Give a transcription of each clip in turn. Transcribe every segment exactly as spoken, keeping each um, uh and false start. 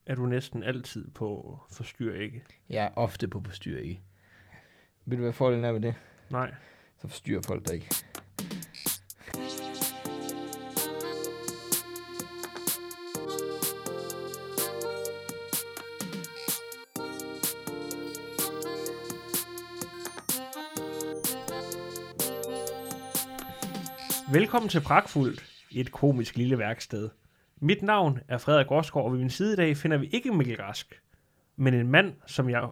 er du næsten altid på forstyr ikke. Jeg er ofte på forstyr ikke. Ved du, hvad fordelen er med det? Nej. Så forstyrrer folk dig ikke. Velkommen til Pragtfuldt, et komisk lille værksted. Mit navn er Frederik Rosgaard, og ved min side i dag finder vi ikke Mikkel Rask, men en mand, som jeg...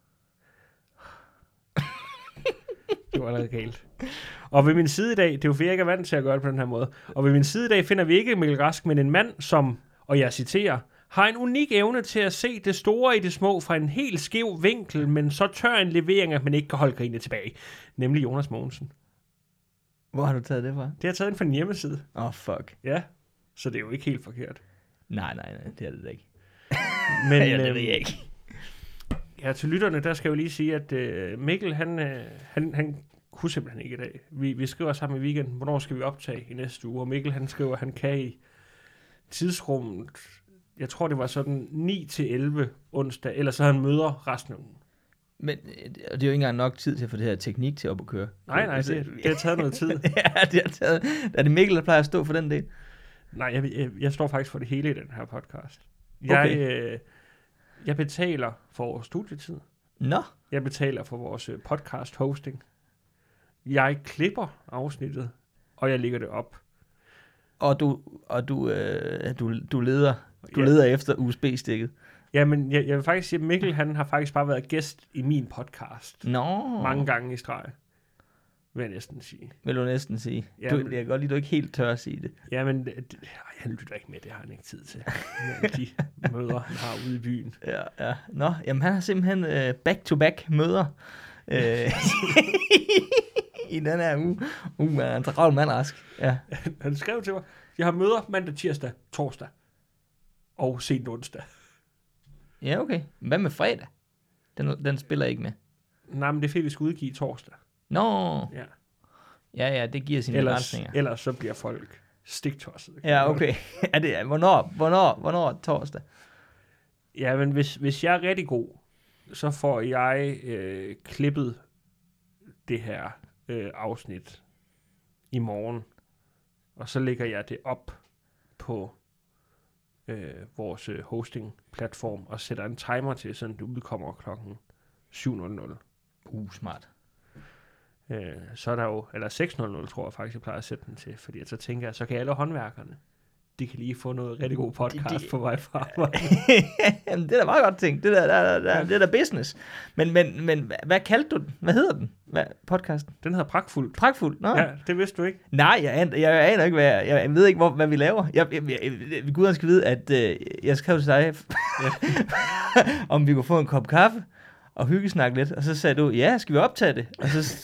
Det var allerede galt. Og ved min side i dag, det er jo fordi jeg ikke er vant til at gøre det på den her måde, og ved min side i dag finder vi ikke Mikkel Rask, men en mand, som, og jeg citerer, har en unik evne til at se det store i det små fra en helt skæv vinkel, men så tør en levering, at man ikke kan holde grinet tilbage. Nemlig Jonas Mogensen. Hvor har du taget det fra? Det har jeg taget ind fra en hjemmeside. Åh, oh, fuck. Ja, så det er jo ikke helt forkert. Nej, nej, nej, det er det da ikke. Men, ja, det øhm, ved jeg ikke. Ja, til lytterne, der skal jeg jo lige sige, at øh, Mikkel, han, øh, han, han kunne simpelthen ikke i dag. Vi, vi skriver sammen i weekenden, hvornår skal vi optage i næste uge, og Mikkel, han skriver, at han kan i tidsrummet, jeg tror, det var sådan ni til elleve onsdag, eller så han møder resten af ugen. Men det er jo ikke engang nok tid til at få det her teknik til op at køre. Nej, nej, det, det har taget noget tid. Ja, det har taget. Er det Mikkel, der plejer at stå for den del? Nej, jeg, jeg, jeg står faktisk for det hele i den her podcast. Jeg, Okay. øh, jeg betaler for vores studietid. Nå. Jeg betaler for vores øh, podcast hosting. Jeg klipper afsnittet, og jeg lægger det op. Og du, og du, øh, du, du leder, du Ja. leder efter U S B-stikket. Jamen, jeg, jeg vil faktisk sige, at Mikkel, han har faktisk bare været gæst i min podcast. Nå. Mange gange i streg, vil jeg næsten sige. Vil du næsten sige. Jamen- Du, jeg kan godt lide, at du ikke helt tør at sige det. Jamen, det, det, han lytter ikke med, det har han ikke tid til. Med de møder, han har ude i byen. Ja, ja. Nå, jamen han har simpelthen øh, back-to-back møder. Øh, I den her uge. Uh, man er en travl mand, Rask. Ja. Han skrev til mig, jeg har møder mandag, tirsdag, torsdag og sent onsdag. Ja, okay. Hvad med fredag? Den, den spiller ikke med. Nej, men det er fordi, vi skal udgive torsdag. Nå. Ja. Ja, ja, det giver sine Ellers, begrænsninger. ellers så bliver folk stiktosset. Ja, okay. Er det, hvornår, hvornår, hvornår torsdag? Ja, men hvis, hvis jeg er rigtig god, så får jeg øh, klippet det her øh, afsnit i morgen, og så lægger jeg det op på øh, vores øh, hosting-platform og sætter en timer til, så det udkommer klokken syv nul nul. Uh, smart. Øh, så er der jo, eller seks nul nul tror jeg faktisk, jeg plejer at sætte den til, fordi så tænker jeg, så kan alle håndværkerne, de kan lige få noget rigtig god podcast De- de- på vej fra arbejde. Jamen, det er da meget godt tænkt. Det der, der, der, der, det er da business. Men, men, men hvad, hvad kaldte du den? Hvad hedder den? Hvad, podcasten? Den hedder Pragtfuldt. Pragtfuldt? Nå. Ja, det vidste du ikke. Nej, jeg, aner, jeg aner ikke, hvad jeg, jeg ved ikke, hvor, hvad vi laver. Jeg, jeg, jeg, jeg, Gud skal vide, at øh, jeg skrev til dig, om vi kunne få en kop kaffe og hyggesnakke lidt. Og så sagde du, ja, skal vi optage det? Og så,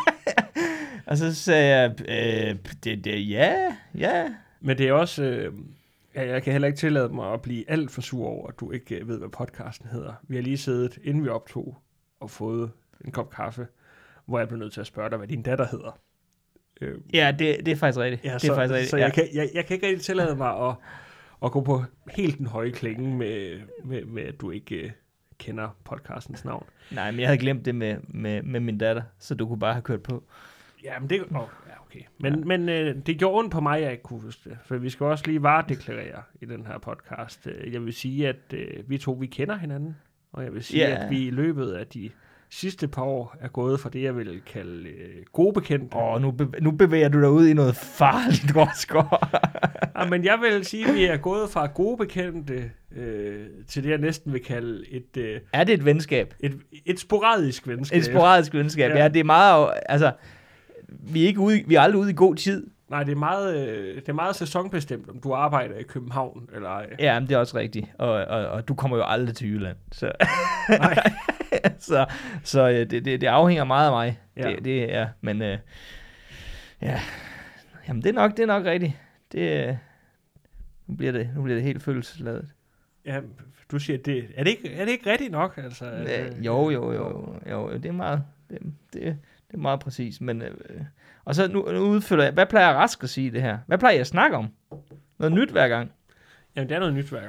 og så sagde jeg, øh, det, det, ja, ja. Men det er også, øh, ja, jeg kan heller ikke tillade mig at blive alt for sur over, at du ikke øh, ved, hvad podcasten hedder. Vi har lige siddet, inden vi optog, og fået en kop kaffe, hvor jeg blev nødt til at spørge dig, hvad din datter hedder. Øh, Ja, det, det er faktisk rigtigt. ja, det så, er faktisk rigtigt. så ja. jeg, kan, jeg, jeg kan ikke rigtig tillade mig at, at gå på helt den høje klinge med, med, med at du ikke øh, kender podcastens navn. Nej, men jeg havde glemt det med, med, med min datter, så du kunne bare have kørt på. Ja, men det... Oh, ja, okay. Men, ja. men øh, det gjorde ondt på mig, at jeg ikke kunne huske det. For vi skal også lige varedeklarere i den her podcast. Øh, Jeg vil sige, at øh, vi to, vi kender hinanden. Og jeg vil sige, Ja. at vi i løbet af de sidste par år er gået fra det, jeg vil kalde øh, gode bekendte. Åh, oh, nu, be- nu bevæger du dig ud i noget farligt, Rosgaard. Ja, men jeg vil sige, at vi er gået fra gode bekendte øh, til det, jeg næsten vil kalde et, øh, Er det et venskab? et, et sporadisk venskab. Et sporadisk venskab, ja. Ja. ja. Det er meget, altså, vi er, ikke ude, vi er aldrig ude i god tid. Nej, det er meget, øh, det er meget sæsonbestemt, om du arbejder i København eller ej. Ja, men det er også rigtigt. Og, og, og du kommer jo aldrig til Jylland. Så, Nej. så, så øh, det, det, det afhænger meget af mig. Ja. Det, det er, men øh, ja, jamen det er nok, det er nok rigtigt. Det, øh, nu, bliver det, nu bliver det helt følelsesladet. Ja, du siger, det, er, det ikke, er det ikke rigtigt nok? Altså, Øh, jo, jo, jo, jo, det er meget, det, det, det er meget præcis. Men, øh, og så nu, nu udfylder jeg, hvad plejer Rask at sige det her? Hvad plejer jeg at snakke om? Noget nyt hver gang? Jamen, det er noget nyt hver gang.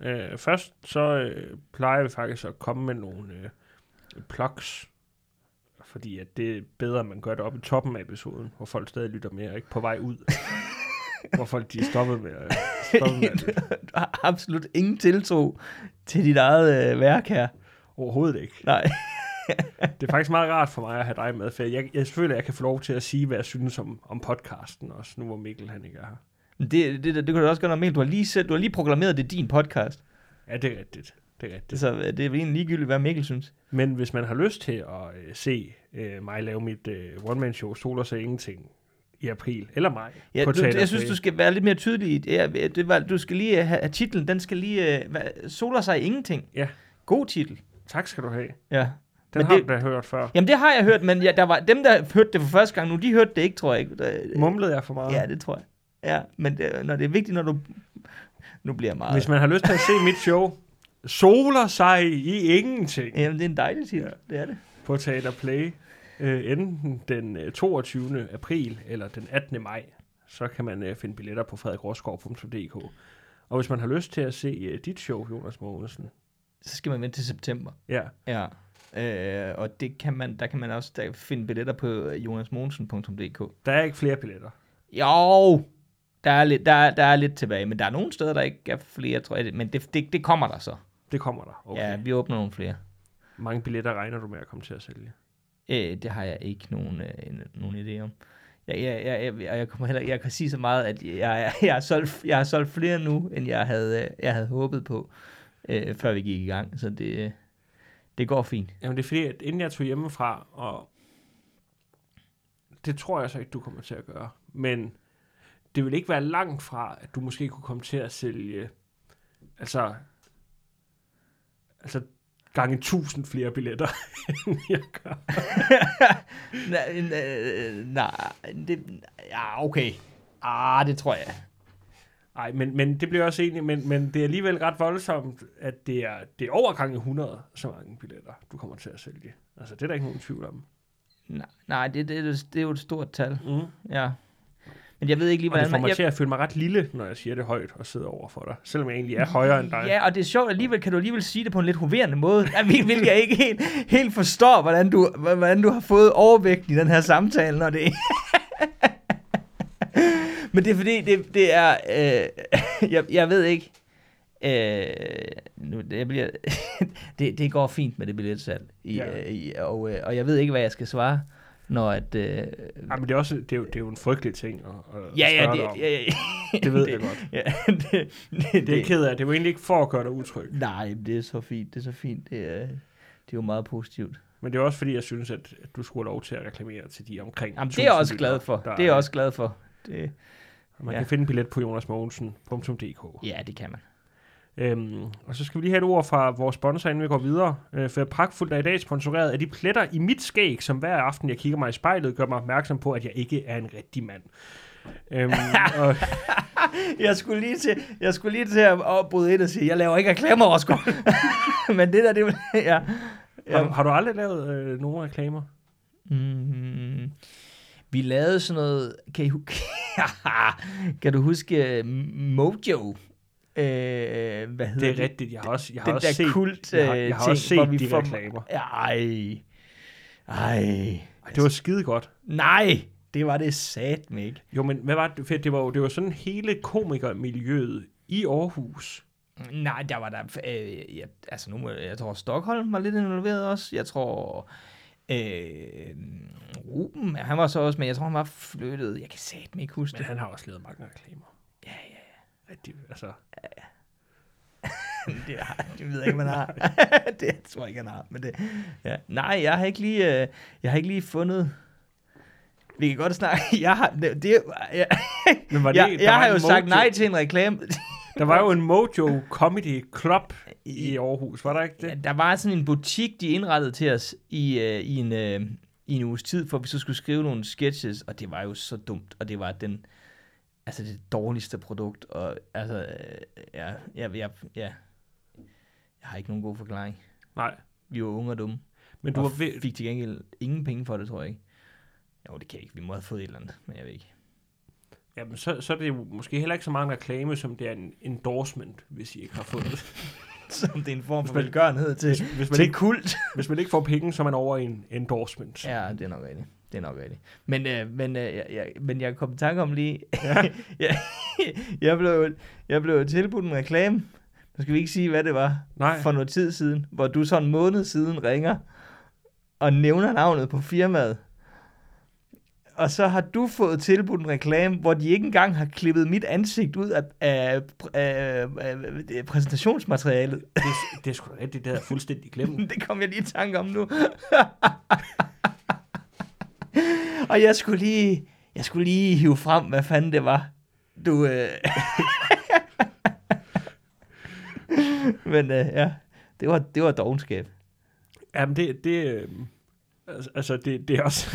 Øh, først så øh, plejer vi faktisk at komme med nogle øh, plugs, fordi at det er bedre, at man gør det op i toppen af episoden, hvor folk stadig lytter mere, ikke på vej ud. Hvor folk de er stoppet med at, stoppet med at Du har absolut ingen tiltro til dit eget øh, værk her. Overhovedet ikke. Nej. Det er faktisk meget rart for mig at have dig med, for jeg, jeg føler, at jeg kan få lov til at sige, hvad jeg synes om, om podcasten også, nu hvor Mikkel han ikke er her. Det, det, det, det kan du også gøre noget mere. Du har lige, set, du har lige proklameret, det er din podcast. Ja, det er rigtigt. Det er rigtigt. Så det er egentlig ligegyldigt, hvad Mikkel synes. Men hvis man har lyst til at øh, se øh, mig lave mit øh, one-man-show, Soler sig ingenting, i april, eller maj. Ja, du, jeg synes, du skal være lidt mere tydelig. Ja, det var, du skal lige have titlen, den skal lige uh, Soler sig ingenting. Ja. God titel. Tak skal du have. Ja. Den men har det, du da hørt før. Jamen det har jeg hørt, men ja, der var dem, der hørte det for første gang nu, de hørte det ikke, tror jeg ikke. Der, Mumlede jeg for meget? Ja, det tror jeg. Ja, men det, når det er vigtigt, når du... Nu bliver jeg meget... Hvis man har lyst til at se mit show, Soler sig i ingenting. Jamen, det er en dejlig titel, ja. Det er det. På Teater Play. Øh, enten den toogtyvende april eller den attende maj, så kan man øh, finde billetter på frederik rosgaard punktum d k. Og hvis man har lyst til at se øh, dit show, Jonas Mogensen, så skal man vente til september. Ja. Ja. Øh, og det kan man, der kan man også der finde billetter på jonas mogensen punktum d k. Der er ikke flere billetter. Jo, der er lidt, der, der er lidt tilbage, men der er nogle steder, der ikke er flere, tror jeg. Men det, det, det kommer der så. Det kommer der, okay. Ja, vi åbner nogle flere. Mange billetter regner du med at komme til at sælge? Øh, det har jeg ikke nogen, øh, nogen idé om. Jeg, jeg, jeg, jeg, jeg, kommer heller, jeg kan sige så meget, at jeg, jeg, jeg, har, solgt, jeg har solgt flere nu, end jeg havde, jeg havde håbet på, øh, før vi gik i gang. Så det, det går fint. Jamen det er fordi, at inden jeg tog hjemmefra, og det tror jeg så ikke, du kommer til at gøre, men det vil ikke være langt fra, at du måske kunne komme til at sælge, altså, altså gange tusind flere billetter, end jeg gør. Nej, det, ja, okay. Ah, det tror jeg. Nej, men, men det bliver også egentlig, men, men det er alligevel ret voldsomt, at det er, det er over gange hundrede, så mange billetter, du kommer til at sælge. Altså, det er der ikke nogen tvivl om. Nej, nej det, det, det er jo et stort tal. Mm. Ja. Men jeg ved ikke lige, hvordan... Og det får mig jeg... til at føle mig ret lille, når jeg siger det højt og sidder over for dig. Selvom jeg egentlig er højere end dig. Ja, og det er sjovt, alligevel kan du alligevel sige det på en lidt hoverende måde. Hvilket jeg ikke helt, helt forstår, hvordan du, hvordan du har fået overvægt i den her samtale, når det Men det er fordi, det, det er... Øh, jeg, jeg ved ikke... Øh, nu, det, bliver, det, det går fint med det billetsalg. I, ja. øh, i, og, og jeg ved ikke, hvad jeg skal svare, når at... Øh, ja, men det er, også, det, er jo, det er jo en frygtelig ting at, at ja, ja, det, ja, ja, ja. Det ved det, jeg godt. Ja, det, det, det er ked af. Det var egentlig ikke for at gøre dig utryg. Nej, det er så fint. Det er så fint. Det er, det er jo meget positivt. Men det er også fordi, jeg synes, at, at du skulle have lov til at reklamere til de omkring. Jamen, det er jeg også glad for. Det er jeg også glad for. Det, man ja. kan finde en billet på jonas mogensen punktum d k. Ja, det kan man. Øhm, og så skal vi lige have et ord fra vores sponsor, inden vi går videre. Øh, for pragtfuldt er i dag sponsoreret af de pletter i mit skæg, som hver aften, jeg kigger mig i spejlet, gør mig opmærksom på, at jeg ikke er en rigtig mand. øhm, og jeg skulle lige til, jeg skulle lige til at bryde ind og sige, jeg laver ikke reklamer, Oscar. Men det der, det ja. ja. Har, har du aldrig lavet øh, nogen reklamer? Mm-hmm. Vi lavede sådan noget, kan, I, kan du huske uh, Mojo? Øh, hvad hedder det er det? rigtigt, jeg har også, jeg har den også der set, kult, jeg har, jeg har ting, også set hvor vi de får, reklamer. Ej, ej. Det var skide godt. Nej, det var det satme ikke. Jo, men hvad var det? For det var jo det var sådan hele komikermiljøet i Aarhus. Nej, der var der, øh, ja, altså nu må, jeg tror Stockholm var lidt involveret også. Jeg tror, øh, Ruben, han var så også, men jeg tror han var flyttet. Jeg kan satme ikke huske men det. Men han har også lavet mange reklamer. Ja, ja, ja. Rigtig, altså. Ja, ja. det, er, det ved jeg ikke, man har. Det tror jeg ikke, han har. Men det, ja. Nej, jeg har ikke lige, øh, jeg har ikke lige fundet... Vi kan godt snakke. Jeg har, det, det, jeg, Men var det, jeg, jeg har jo Mojo, sagt nej til en reklame. Der var jo en Mojo Comedy Club i Aarhus, var der ikke det? Ja, der var sådan en butik, de indrettede til os i, øh, i, en, øh, i en uges tid, for vi så skulle skrive nogle sketches, og det var jo så dumt, og det var den, altså det dårligste produkt, og altså, øh, ja, ja, ja, ja, jeg har ikke nogen god forklaring. Nej. Vi var unge og dumme, men du og var ved... fik til gengæld ingen penge for det, tror jeg ikke. Jo, det kan jeg ikke, vi må have fået et eller andet, men jeg ved ikke. Jamen, så, så er det jo måske heller ikke så meget en reklame, som det er en endorsement, hvis I ikke har fået det. Som det er en form for velgørenhed til, hvis, hvis man til ikke, kult. Hvis man ikke får penge, så er man over i en endorsement. Ja, det er nok rigtigt. Det er nok rigtigt. Men, øh, men, øh, jeg, jeg, men jeg kom i tanke om lige... Ja. jeg, jeg, blev, jeg blev tilbudt en reklame. Nu skal vi ikke sige, hvad det var. Nej. For noget tid siden. Hvor du så en måned siden ringer og nævner navnet på firmaet. Og så har du fået tilbudt en reklame, hvor de ikke engang har klippet mit ansigt ud af, af, af, af, af præsentationsmaterialet. Det, det er sgu da rigtigt, det der fuldstændig glemt. Det kom jeg lige i tanke om nu. Og jeg skulle lige, jeg skulle lige hive frem, hvad fanden det var. Du, øh... Men øh, ja, det var, det var dovenskab. Jamen, det, det, øh, altså, det, det er også...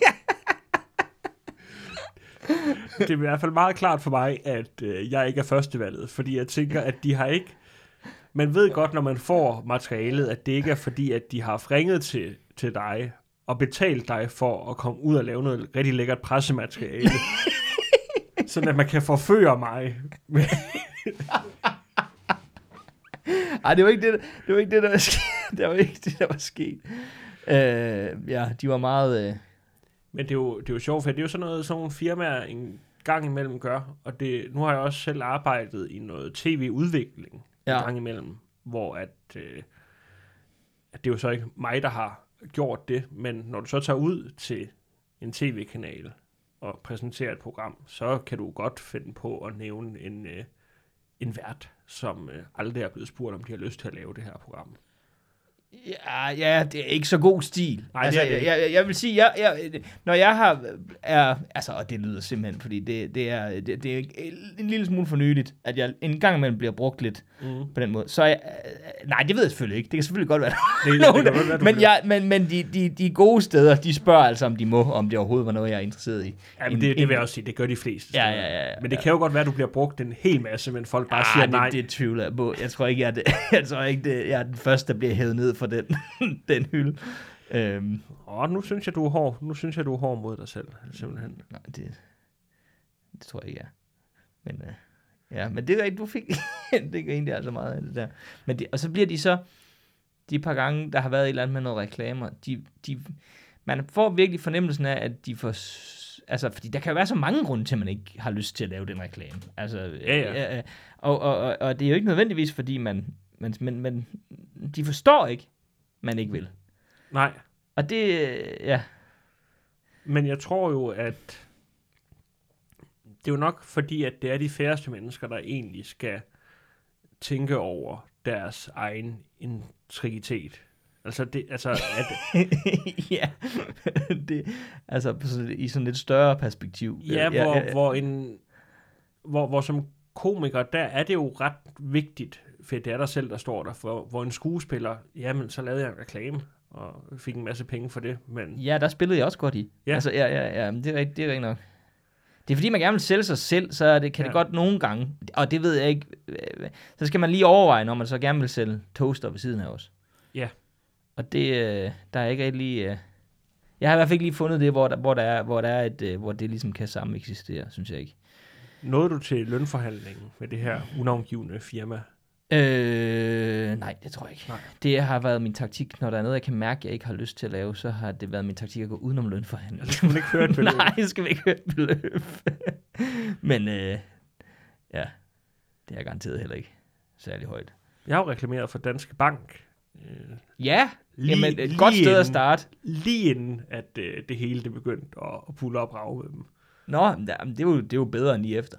Det er i hvert fald meget klart for mig, at øh, jeg ikke er førstevalget, fordi jeg tænker, at de har ikke... Man ved godt, når man får materialet, at det ikke er fordi, at de har ringet til, til dig og betalt dig for at komme ud og lave noget rigtig lækkert pressemateriale. Sådan at man kan forføre mig. Ej, det var ikke det, det var ikke det, der var sket. Det var ikke det, der var sket. Øh, ja, de var meget... Øh... Men det er, jo, det er jo sjovt, for det er jo sådan noget, sådan nogle firmaer en gang imellem gør, og det, nu har jeg også selv arbejdet i noget tv-udvikling ja. en gang imellem, hvor at, øh, at det er jo så ikke mig, der har gjort det, men når du så tager ud til en tv-kanal og præsenterer et program, så kan du godt finde på at nævne en, øh, en vært, som øh, aldrig er blevet spurgt, om de har lyst til at lave det her program. Ja, ja, det er ikke så god stil. Nej, altså, det er det. Jeg, jeg, jeg vil sige, jeg, jeg, når jeg har, er, altså, og det lyder simpelthen, fordi det, det, er, det, det er en lille smule fornyligt, at jeg en gang imellem bliver brugt lidt mm. på den måde. Så jeg, nej, det ved jeg selvfølgelig ikke. Det kan selvfølgelig godt være, det, det, nogen, det kan godt være men, jeg, men, men de, de, de gode steder, de spørger altså, om de må, om det overhovedet var noget, jeg er interesseret i. Ja, men det, det vil jeg også sige, det gør de fleste ja, ja, ja, ja, men det kan jo godt være, at du bliver brugt en hel masse, men folk bare ah, siger det, nej. Det tvivler jeg på. Jeg tror ikke, jeg er, det, jeg tror ikke, det, jeg er den første, der bliver hævet ned for den, den hylde. Øhm. Åh, nu synes jeg, du er hård. Nu synes jeg, du er hård mod dig selv, simpelthen. Nej, det, det tror jeg ikke, jeg er. Men, øh, ja, men det er ikke, du fik. Det gør egentlig altså meget af det der. Men det, og så bliver de så, de par gange, der har været et eller andet med nogle reklamer, de, de, man får virkelig fornemmelsen af, at de får, altså, fordi der kan jo være så mange grunde til, at man ikke har lyst til at lave den reklame. Altså, ja, ja. Øh, og, og, og, og det er jo ikke nødvendigvis, fordi man, man, men, men de forstår ikke, man ikke vil. Nej. Og det, ja. Men jeg tror jo, at det er jo nok fordi, at det er de færreste mennesker, der egentlig skal tænke over deres egen integritet. Altså, det, altså at... ja, det, altså i sådan et større perspektiv. Ja, hvor, ja, ja. hvor en... Hvor, hvor som komiker, der er det jo ret vigtigt, for det er dig selv, der står der, for hvor en skuespiller, jamen, så lavede jeg en reklame, og fik en masse penge for det, men... Ja, der spillede jeg også godt i. Ja. Altså, ja, ja, ja, det er rigtigt, det er rigtigt nok. Det er fordi, man gerne vil sælge sig selv, så det, kan ja. det godt nogle gange, og det ved jeg ikke, så skal man lige overveje, når man så gerne vil sælge toaster ved siden af os. Ja. Og det, der er ikke rigtig lige... Jeg har i hvert fald ikke lige fundet det, hvor der, hvor der, er, hvor der er et, hvor det ligesom kan sammen eksistere, synes jeg ikke. Nåede du til lønforhandlingen med det her unavngivende firma? Øh, nej, det tror jeg ikke. Nej. Det har været min taktik, når der er noget, jeg kan mærke, jeg ikke har lyst til at lave, så har det været min taktik at gå udenom lønforhandling. Altså, skal man ikke høre et beløb? Nej, skal vi ikke høre et beløb. Men øh, ja, det er garanteret heller ikke særlig højt. Jeg har jo reklameret for Danske Bank. Øh, ja, lige, jamen et godt sted inden, at starte. Lige inden, at øh, det hele det begyndte at, at pulle op rave med dem. Nå, jamen, det, er jo, det er jo bedre end lige efter.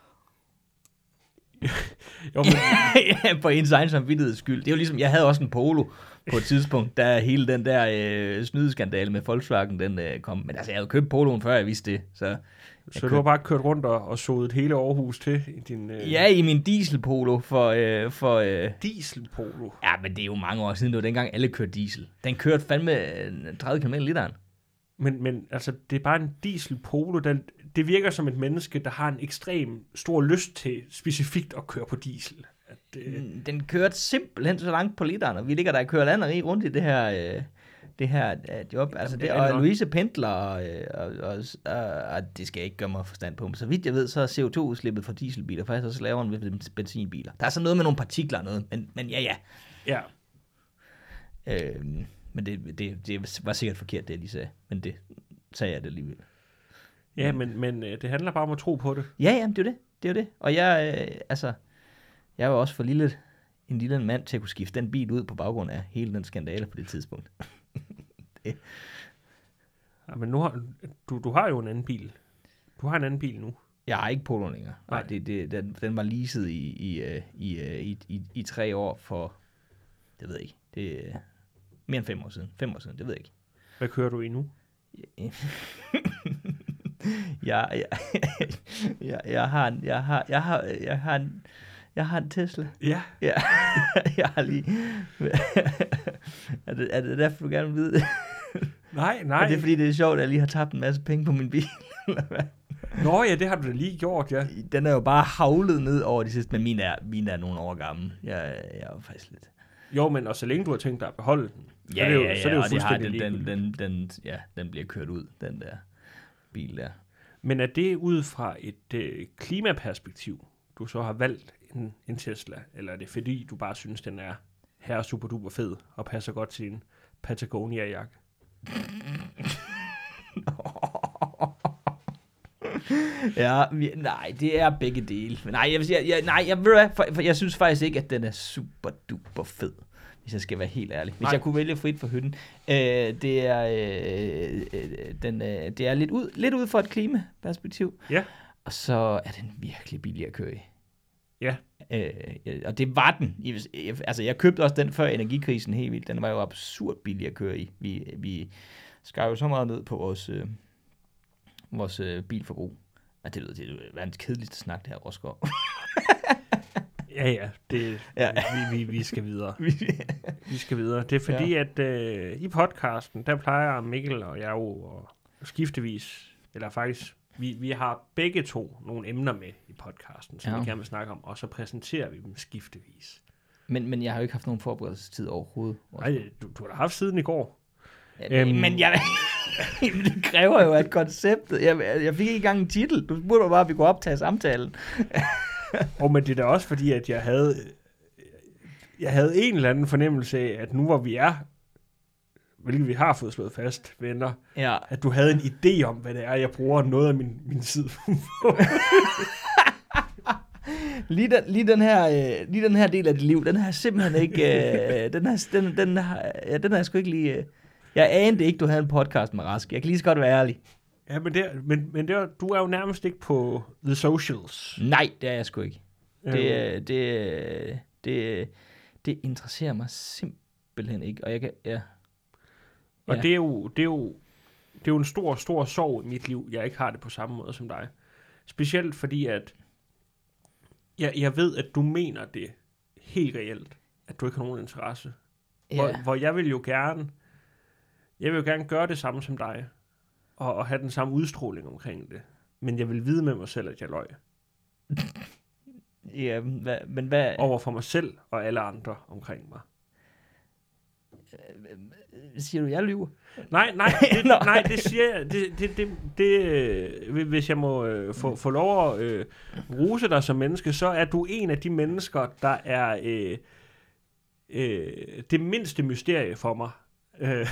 jo, men... ja, på ens egen samvittigheds skyld. Det er jo ligesom, jeg havde også en Polo på et tidspunkt, da hele den der øh, snydeskandale med Volkswagen, den øh, kom. Men altså, jeg havde købt Poloen, før jeg vidste det. Så, så køb... du har bare kørt rundt og, og sodet hele Aarhus til i din... Øh... Ja, i min dieselpolo for... Øh, for øh... Dieselpolo? Ja, men det er jo mange år siden, det var dengang alle kørte diesel. Den kørte fandme tredive kilometer literen. Men, men altså, det er bare en dieselpolo, den, det virker som et menneske, der har en ekstrem stor lyst til specifikt at køre på diesel. At, øh... Den kørte simpelthen så langt på literen, og vi ligger der og kører land og rig rundt i det her, øh, det her uh, job. Altså, Jamen, det, det er og nok. Louise pendler, og, og, og, og, og det skal jeg ikke gøre mig forstand på. Men så vidt jeg ved, så er C O to udslippet fra dieselbiler faktisk også lavere end ved benzinbiler. Der er så noget med nogle partikler og noget, men, men ja, ja. Ja. Øhm, men det, det, det var sikkert forkert, det de sagde. Men det sagde jeg det alligevel. Ja, men, men øh, det handler bare om at tro på det. Ja, ja, det er jo det. Det er jo det. Og jeg, øh, altså, jeg var også for lille, en lille mand til at kunne skifte den bil ud på baggrund af hele den skandale på det tidspunkt. det. Ja, men nu har, du, du har jo en anden bil. Du har en anden bil nu. Jeg har ikke Polo længere. Nej, Nej. det, det, den, den var leaset i, i, øh, i, øh, i, i, i tre år for, det ved jeg ikke, det er mere end fem år siden. Fem år siden, det ved jeg ikke. Hvad kører du i nu? jeg, jeg, jeg, jeg har en, jeg har, jeg har, jeg har en, jeg har en Tesla. Ja. Ja, jeg har lige, er det, er det derfor, du gerne vil vide det? Nej, nej. Er det fordi, det er sjovt, at jeg lige har tabt en masse penge på min bil? Eller hvad? Nå ja, det har du da lige gjort, ja. Den er jo bare havlet ned over de sidste, men min er, min er nogle år gammel. Jeg, jeg er jo faktisk lidt... Jo, men og så længe du har tænkt dig at beholde den, Ja, så er det jo, ja, ja, så er det jo og det har, fuldstændig den, den, ligegyldigt. den, den, ja, den bliver kørt ud, den der bil der. Men er det ud fra et øh, klimaperspektiv, du så har valgt en, en Tesla, eller er det fordi, du bare synes, den er her super duper fed og passer godt til en Patagonia-jakke? Ja, vi, nej, det er begge dele. Men nej, jeg, vil sige, jeg, nej, jeg, ved du hvad, for, for jeg synes faktisk ikke, at den er super duper fed, hvis jeg skal være helt ærlig. Hvis Nej. jeg kunne vælge frit for hytten. Øh, det er, øh, øh, den, øh, det er lidt ud, lidt ud for et klimaperspektiv. Ja. Og så er den virkelig billig at køre i. Ja. Øh, og det var den. Altså, jeg købte også den før energikrisen helt vildt. Den var jo absurd billig at køre i. Vi, vi skar jo så meget ned på vores, øh, vores øh, bilforbrug. Ja, det lyder til at være en kedeligt snak, det her, Rosgaard. Ja, ja, det, Ja. Vi, vi, vi skal videre. Vi skal videre. Det er fordi, ja. at øh, i podcasten, der plejer Mikkel og jeg jo at skiftevis, eller faktisk, vi, vi har begge to nogle emner med i podcasten, som Ja. vi gerne vil snakke om, og så præsenterer vi dem skiftevis. men, men jeg har jo ikke haft nogen forberedelsestid overhovedet. Nej, du, du har da haft siden i går. Ja, Øhm. Men jeg, Jamen, det kræver jo, at konceptet... Jeg, jeg fik ikke engang en titel. Du spurgte mig bare, at vi kunne optage samtalen. Og men det er da også fordi, at jeg havde, jeg havde en eller anden fornemmelse af, at nu hvor vi er, hvilket vi har fået slået fast, venner, Ja. at du havde en idé om, hvad det er, jeg bruger noget af min, min tid på. Lige den, lige, den her, øh, lige den her del af dit liv, den har jeg simpelthen ikke... Øh, den, har, den, den, har, ja, den har jeg sgu ikke lige... Øh, jeg anede ikke, du havde en podcast med Rask. Jeg kan lige så godt være ærlig. Ja, men, det, men, men det er, du er jo nærmest ikke på The Socials. Nej, det er jeg sgu ikke. Øhm, Det, det, det, det interesserer mig simpelthen ikke. Og jeg kan... Ja. Og Ja. det er, jo, det, er jo, det er jo en stor, stor sorg i mit liv, jeg ikke har det på samme måde som dig. Specielt fordi, at jeg, jeg ved, at du mener det helt reelt, at du ikke har nogen interesse. Hvor, Ja. hvor jeg vil jo gerne, jeg vil jo gerne gøre det samme som dig, og, og have den samme udstråling omkring det. Men jeg vil vide med mig selv, at jeg løg. Ja, hvad, men hvad... Over for mig selv og alle andre omkring mig. Siger du, jeg lyver? Nej, nej, det, nej, det siger jeg. Det, det, det, det, øh, hvis jeg må øh, få, få lov at øh, rose dig som menneske, så er du en af de mennesker, der er øh, øh, det mindste mysterie for mig. Øh,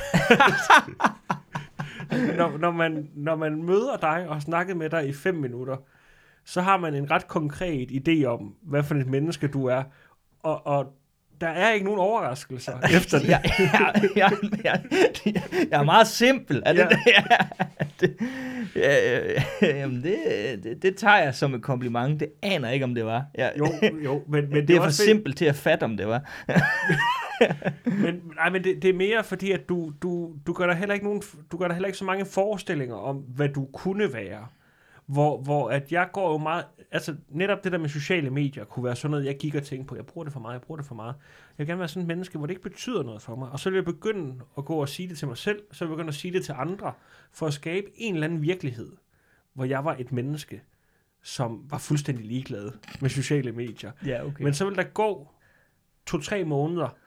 når, når, man, når man møder dig og har snakket med dig i fem minutter, så har man en ret konkret idé om, hvad for et menneske du er. Og, og der er ikke nogen overraskelser efter det. jeg, jeg, jeg, jeg, jeg er meget simpel. Er det, Ja. det, ja, det, ja, ja, jamen det, det, det tager jeg som et kompliment. Det aner jeg ikke, om det var. Jeg, Jo, jo, men, men det, det er for også simpelt til at fatte, om det var. Men, nej, men det, det er mere fordi, at du, du, du, gør der heller ikke nogen, du gør der heller ikke så mange forestillinger om, hvad du kunne være. Hvor, hvor at jeg går jo meget... Altså, netop det der med sociale medier kunne være sådan noget, jeg gik og tænkte på. Jeg bruger det for meget, jeg bruger det for meget. Jeg vil gerne være sådan et menneske, hvor det ikke betyder noget for mig. Og så vil jeg begynde at gå og sige det til mig selv. Så vil jeg begynde at sige det til andre. For at skabe en eller anden virkelighed, hvor jeg var et menneske, som var fuldstændig ligeglad med sociale medier. Ja, okay. Men så vil der gå to-tre måneder,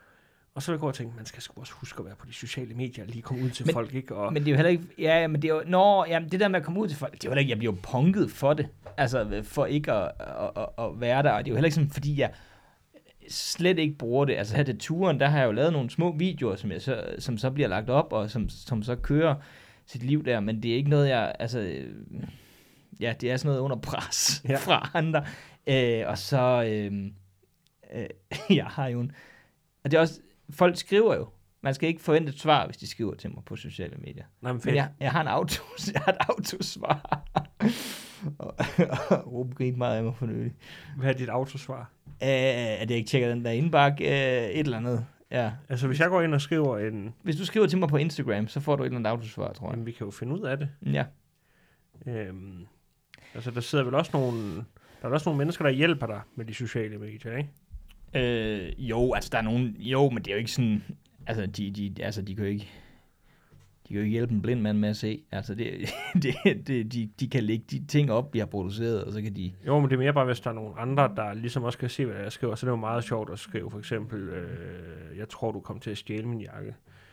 Og så vil jeg gå og tænke, man skal sgu også huske at være på de sociale medier, lige komme ud til men, folk, ikke? Og... Men det er jo heller ikke, ja, men det er jo, nå, jamen, det der med at komme ud til folk, det er jo heller ikke, jeg bliver jo punket for det, altså for ikke at, at, at, at være der, og det er jo heller ikke sådan, fordi jeg slet ikke bruger det, altså her til turen, der har jeg jo lavet nogle små videoer, som, jeg så, som så bliver lagt op, og som, som så kører sit liv der, men det er ikke noget, jeg, altså, ja, det er sådan noget under pres ja. fra andre, øh, og så, øh, øh, jeg har jo en, og det er også, folk skriver jo. Man skal ikke forvente et svar, hvis de skriver til mig på sociale medier. Nej, men, men jeg, jeg har en auto, jeg har et autosvar. og Ruben grinte meget af mig for nylig. Hvad er dit autosvar? Uh, at jeg ikke tjekker den der indbakke, uh, et eller andet. Ja. Altså, hvis jeg går ind og skriver en... Hvis du skriver til mig på Instagram, så får du et eller andet autosvar, tror jeg. Jamen, vi kan jo finde ud af det. Ja. Øhm, altså, der sidder vel også nogle... Der er også nogle mennesker, der hjælper dig med de sociale medier, ikke? Øh, jo, altså der er nogen, jo, men det er jo ikke sådan, altså de, de, altså, de kan jo ikke, de kan jo ikke hjælpe en blind mand med at se, altså det, det, det, de, de kan lægge de ting op, vi har produceret, og så kan de... Jo, men det er mere bare, hvis der er nogle andre, der ligesom også kan se, hvad jeg skriver, så det er jo meget sjovt at skrive, for eksempel, øh, jeg tror, du kom til at stjæle min jakke.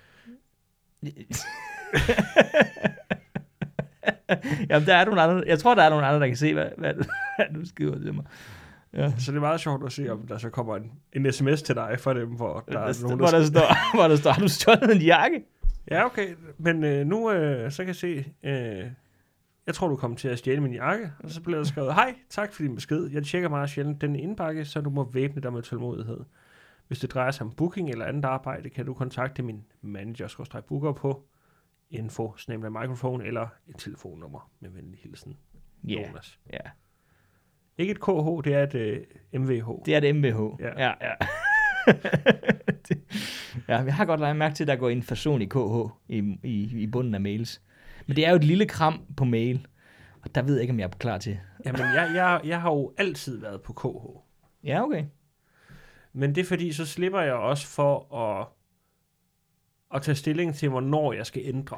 Jamen, der er nogle andre, jeg tror, der er nogle andre, der kan se, hvad, hvad, du, hvad du skriver til mig. Ja. Så det er meget sjovt at se, om der så kommer en, en sms til dig for dem, hvor der, der er nogen, hvor der, der står, hvor der står, har du stjålet en jakke? Ja, okay. Men øh, nu øh, så kan jeg se, øh, jeg tror, du kommer til at stjæle min jakke. Og så bliver der skrevet, hej, tak for din besked. Jeg tjekker meget sjældent den indbakke, så du må væbne dig med tålmodighed. Hvis det drejer sig om booking eller andet arbejde, kan du kontakte min manager-booker på info snabel-a microphone eller et telefonnummer med venlig hilsen. Yeah. Jonas. Ja. Ikke et K H, det er et uh, M V H. Det er et M V H. Ja. Ja, ja. det, ja, jeg har godt lagt mærke til, at der går inflation i K H i, i, i bunden af mails. Men det er jo et lille kram på mail, og der ved jeg ikke, om jeg er klar til. Jamen, jeg, jeg, jeg har jo altid været på K H. Ja, okay. Men det er fordi, så slipper jeg også for at, at tage stilling til, hvornår jeg skal ændre.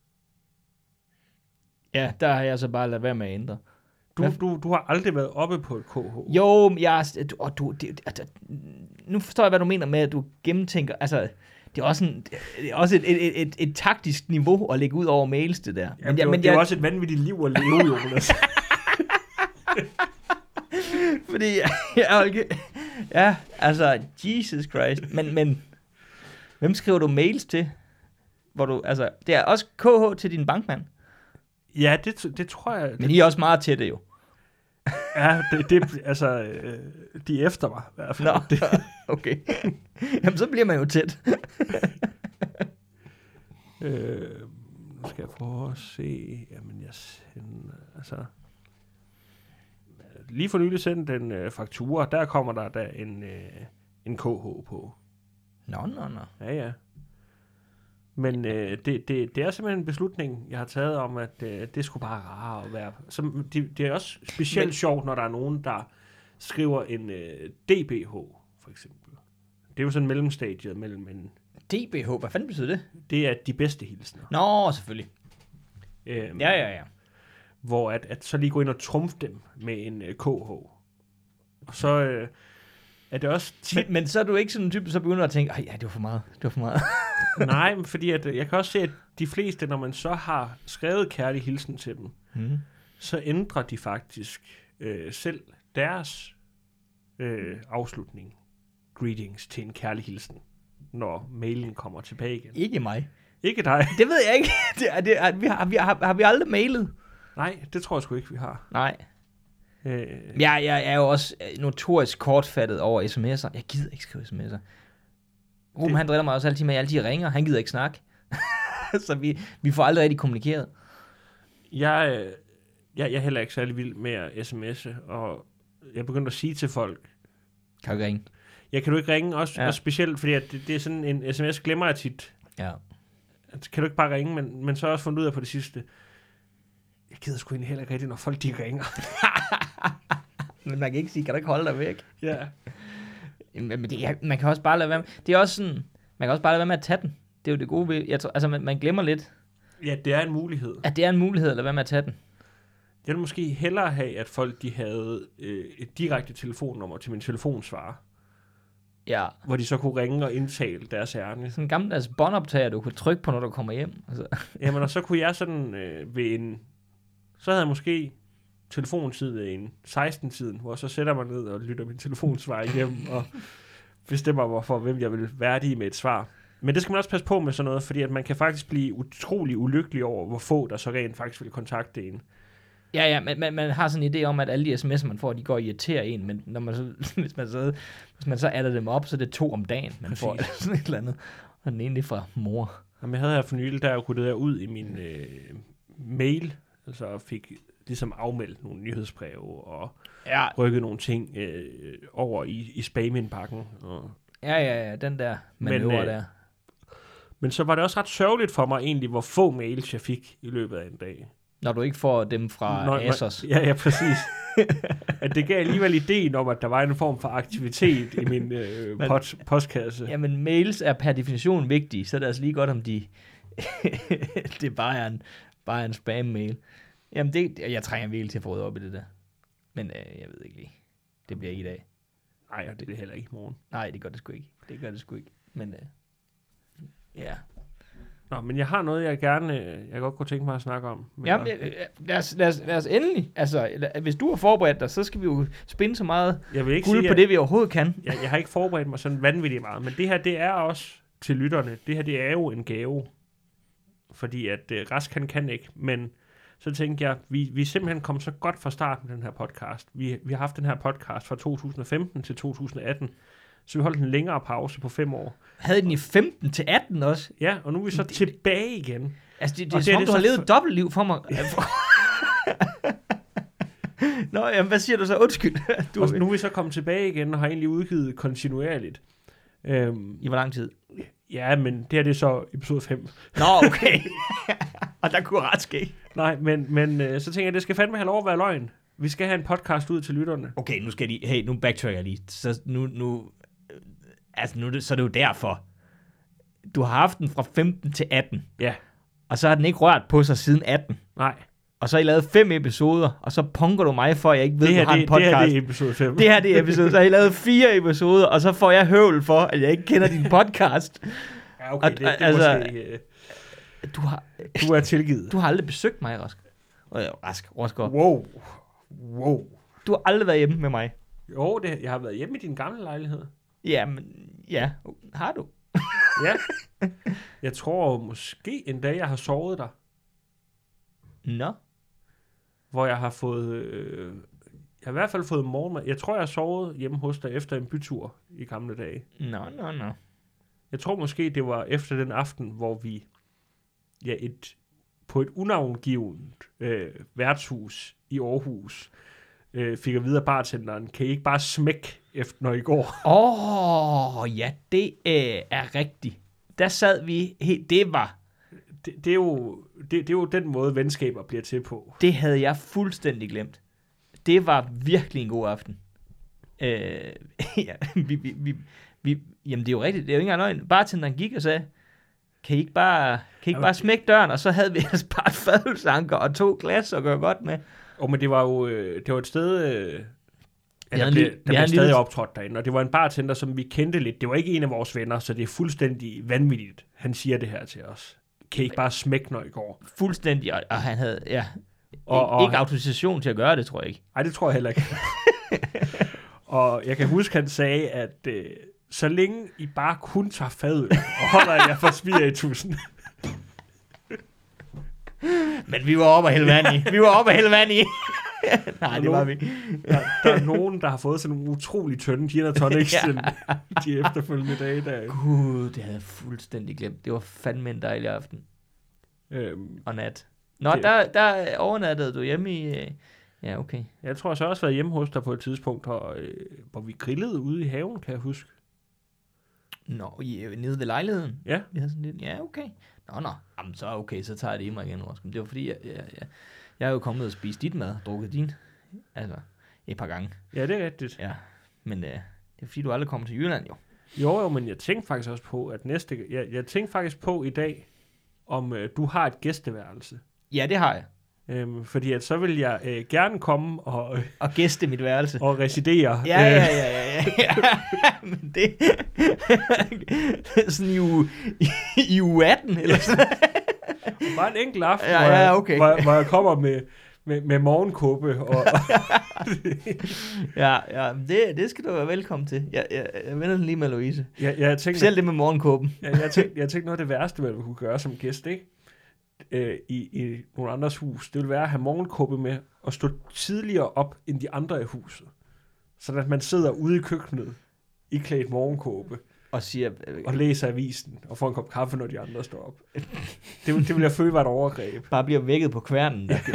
Ja, der har jeg så bare ladet være med at ændre. Du, du, du har aldrig været oppe på et K H. Jo, jeg, og du, det, altså, nu forstår jeg, hvad du mener med, at du gennemtænker, altså, det er også, en, det er også et, et, et, et taktisk niveau at lægge ud over mails, det der. Jamen, men, det, jeg, men det er jeg, også et vanvittigt liv at leve, Jonas. Fordi, ja, okay. Ja, altså, Jesus Christ. Men, men, hvem skriver du mails til? Hvor du, altså, det er også K H til din bankmand. Ja, det, det tror jeg. Men I er også meget tætte jo. Ja, det, det altså, øh, de er efter mig i hvert fald. Nå, det. Okay. Jamen, så bliver man jo tæt. øh, nu skal jeg prøve at se. Jamen, jeg sender, altså... Lige for nylig sendt en øh, faktura, der kommer der da en, øh, en K H på. Nå, nå, nå. Ja, ja. Men øh, det, det, det er simpelthen en beslutning, jeg har taget om, at øh, det skulle bare rare at være. Så det, det er også specielt Men, sjovt, når der er nogen, der skriver en øh, D B H, for eksempel. Det er jo sådan en mellemstadie mellem en... D B H, hvad fanden betyder det? Det er de bedste hilsner. Nå, selvfølgelig. Øhm, ja, ja, ja. Hvor at, at så lige gå ind og trumfe dem med en øh, K H. Og så... Øh, er det også tit... men, men så er du ikke sådan en type, så begynder at tænke, ej, ja, det var for meget, det var for meget. Nej, men fordi at, jeg kan også se, at de fleste, når man så har skrevet kærlig hilsen til dem, mm. så ændrer de faktisk øh, selv deres øh, afslutning, greetings, til en kærlig hilsen, når mailen kommer tilbage igen. Ikke mig. Ikke dig. Det ved jeg ikke. Det er, det er, vi har, vi har, har vi aldrig mailet? Nej, det tror jeg sgu ikke, vi har. Nej. Øh, jeg, jeg er jo også notorisk kortfattet over sms'er. Jeg gider ikke skrive sms'er. Ruben, han driller mig også altid med, at jeg altid ringer. Han gider ikke snakke. Så vi, vi får aldrig rigtig kommunikeret. Jeg, jeg, jeg er heller ikke særlig vild med at sms'e, og jeg begyndte at sige til folk... Kan du ikke ringe? Ja, kan du ikke ringe? Også, ja. Også specielt, fordi at det, det er sådan en sms, glemmer jeg tit. Ja. At, kan du ikke bare ringe? Men, men så har jeg også fundet ud af på det sidste... Jeg gider sgu egentlig heller ikke rigtigt, når folk de ringer. Men man kan ikke sige, kan du ikke holde dig væk? Ja. Men det, man kan også bare lade være med, det er også sådan, man kan også bare lade være med at tage den. Det er jo det gode ved, jeg tror, altså man, man glemmer lidt. Ja, det er en mulighed. At det er en mulighed at lade være med at tage den. Jeg ville måske hellere have, at folk de havde øh, et direkte telefonnummer til min telefonsvarer. Ja. hvor de så kunne ringe og indtale deres ærne. Sådan en gammeldags båndoptager, du kunne trykke på, når du kommer hjem. Altså. Jamen, og så kunne jeg sådan øh, ved en... Så havde jeg måske telefontid ved en seksten-tiden, hvor så sætter man ned og lytter min telefonsvar igennem, og bestemmer mig for, hvem jeg vil værdige med et svar. Men det skal man også passe på med sådan noget, fordi at man kan faktisk blive utrolig ulykkelig over, hvor få der så rent faktisk vil kontakte en. Ja, ja, men man, man har sådan en idé om, at alle de sms'er, man får, de går og irriterer en, men når man så, hvis, man så, hvis man så adder dem op, så er det to om dagen, man Præcis. får eller sådan et eller andet. Og den ene er fra mor. Jamen, jeg havde her for nylig, der kunne det der ud i min øh, mail, altså fik ligesom afmeldt nogle nyhedsbreve og ja. rykket nogle ting øh, over i, i spam-indpakken. Og... Ja, ja, ja, den der manøvre men, øh, der. Men så var det også ret sørgeligt for mig egentlig, hvor få mails jeg fik i løbet af en dag. Når du ikke får dem fra Nå, Asos. Ja, ja, præcis. At det gav alligevel ideen om, at der var en form for aktivitet i min øh, men, post, postkasse. Jamen, mails er per definition vigtige, så er det altså lige godt, om de det bare er en, bare en spam-mail. Jamen, det, jeg trænger virkelig til at få det op i det der. Men øh, jeg ved ikke lige. Det bliver ikke i dag. Nej, og det er det heller ikke i morgen. Nej, det gør det sgu ikke. Det gør det sgu ikke. Men øh, ja... Nå, men jeg har noget, jeg gerne, jeg godt kunne tænke mig at snakke om. Jamen, lad os, lad, os, lad os endelig, altså, hvis du har forberedt dig, så skal vi jo spinde så meget guld på det, vi overhovedet kan. Jeg, jeg har ikke forberedt mig sådan vanvittigt meget, men det her, det er også til lytterne, det her, det er jo en gave, fordi at uh, Rask han kan ikke, men så tænkte jeg, vi, vi er simpelthen kommet så godt fra start med den her podcast. Vi, vi har haft den her podcast fra to tusind og femten til to tusind og atten, så vi holdt en længere pause på fem år. Havde den i femten til atten også? Ja, og nu er vi så det, tilbage igen. Altså, det, det, det er som om, du har levet et dobbeltliv for mig. Nå, jamen, hvad siger du så? Undskyld. Du og nu er vi så kommet tilbage igen, og har egentlig udgivet kontinuerligt. Øhm, I hvor lang tid? Ja, men det her det er så episode fem. Nå, okay. Og der kunne ret ske. Nej, men, men øh, så tænker jeg, det skal fandme have lov at være løgn. Vi skal have en podcast ud til lytterne. Okay, nu skal de... Hey, nu backtracker jeg lige. Så nu... nu altså, nu, så er det jo derfor. Du har haft den fra femten til atten. Ja. Og så har den ikke rørt på sig siden atten. Nej. Og så har I lavet fem episoder, og så punker du mig for, at jeg ikke ved, det her, du har det, en podcast. Det her, det er episode fem. Det her, det er episode. Så har I lavet fire episoder, og så får jeg høvl for, at jeg ikke kender din podcast. Ja, okay, og, det, det er altså, måske... Uh, du, har, du er tilgivet. Du har aldrig besøgt mig, Rask. Øh, Rask, Rosgaard. Wow. Wow. Du har aldrig været hjemme med mig. Jo, det, jeg har været hjemme i din gamle lejlighed. Ja, men... Ja, har du? Ja. Jeg tror måske en dag, jeg har sovet der. Nå. Hvor jeg har fået... Øh, jeg har i hvert fald fået morgenmad. Jeg tror, jeg har sovet hjemme hos dig efter en bytur i gamle dage. Nå, nå, nå. Jeg tror måske, det var efter den aften, hvor vi... Ja, et, på et unavngivet øh, værtshus i Aarhus... Øh, fik at vide af bartenderen, kan I ikke bare smække efter, når I går? Åh, oh, ja, det øh, er rigtigt. Der sad vi, helt, det var... Det, det, er jo, det, det er jo den måde, venskaber bliver til på. Det havde jeg fuldstændig glemt. Det var virkelig en god aften. Øh, ja, vi, vi, vi, vi, jamen, det er jo rigtigt, det er jo ikke engang løgn. Bartenderen gik og sagde, kan I ikke bare, kan I ikke bare smække døren? Og så havde vi altså bare et fadelsanker og to glas og gøre godt med. Og men det var jo det var et sted, øh, ja, der blev, der blev stadig lille... optrådt derinde, og det var en bartender, som vi kendte lidt. Det var ikke en af vores venner, så det er fuldstændig vanvittigt. Han siger det her til os. Kan I ikke bare smække, når I går? Fuldstændig, og, og han havde, ja, og, og, ikke autorisation til at gøre det, tror jeg ikke. Nej, det tror jeg heller ikke. Og jeg kan huske, han sagde, at øh, så længe I bare kun tager fadøl, og holder jeg for spiritusen. Men vi var oppe at hælde vand i. Vi var oppe at hælde vand i. Nej, det var vi. Der, der er nogen, der har fået sådan nogle utrolig tynde gin og tonics ja. de efterfølgende dage. Der. Gud, det havde jeg fuldstændig glemt. Det var fandme en dejlig aften. Øhm, og nat. Nå, det, der, der overnattede du hjemme i... Ja, okay. Jeg tror, jeg så også været hjemme hos dig på et tidspunkt, hvor, øh, hvor vi grillede ude i haven, kan jeg huske. Nå, nede ved lejligheden? Ja. Vi havde sådan lidt, ja, okay. Nå, nå. Jamen, så okay, så tager jeg det i mig igen, Roskam. Det var fordi, jeg, jeg, jeg, jeg er jo kommet og spist dit mad, drukket din, altså, et par gange. Ja, det er rigtigt. Ja, men øh, det er fordi, du aldrig kommer til Jylland, jo. Jo, jo, men jeg tænkte faktisk også på, at næste... Jeg, jeg tænkte faktisk på i dag, om øh, du har et gæsteværelse. Ja, det har jeg. Øhm, fordi at så vil jeg øh, gerne komme og, øh, Og gæste mit værelse. og residere. Ja, ja, ja, ja, ja. ja. Men det, det er sådan i uge, i uge atten, eller sådan. Bare en enkelt aften, Ja, hvor, ja, jeg, okay. hvor, hvor jeg kommer med, med, med morgenkåbe. Og, Ja, ja, det, det skal du være velkommen til. Jeg, jeg, jeg vender den lige med Louise. jeg, jeg tænkte, Selv det med morgenkåben. jeg, jeg, tænkte, jeg tænkte noget af det værste, man kunne gøre som gæst, ikke? Øh, i, i nogle andres hus, det vil være at have morgenkåbe med og stå tidligere op end de andre i huset. Sådan at man sidder ude i køkkenet i klædt morgenkåbe Og siger... og læser avisen og får en kop kaffe, når de andre står op. Det, vil- det vil jeg føle var et overgreb. Bare bliver vækket på kværnen. Der.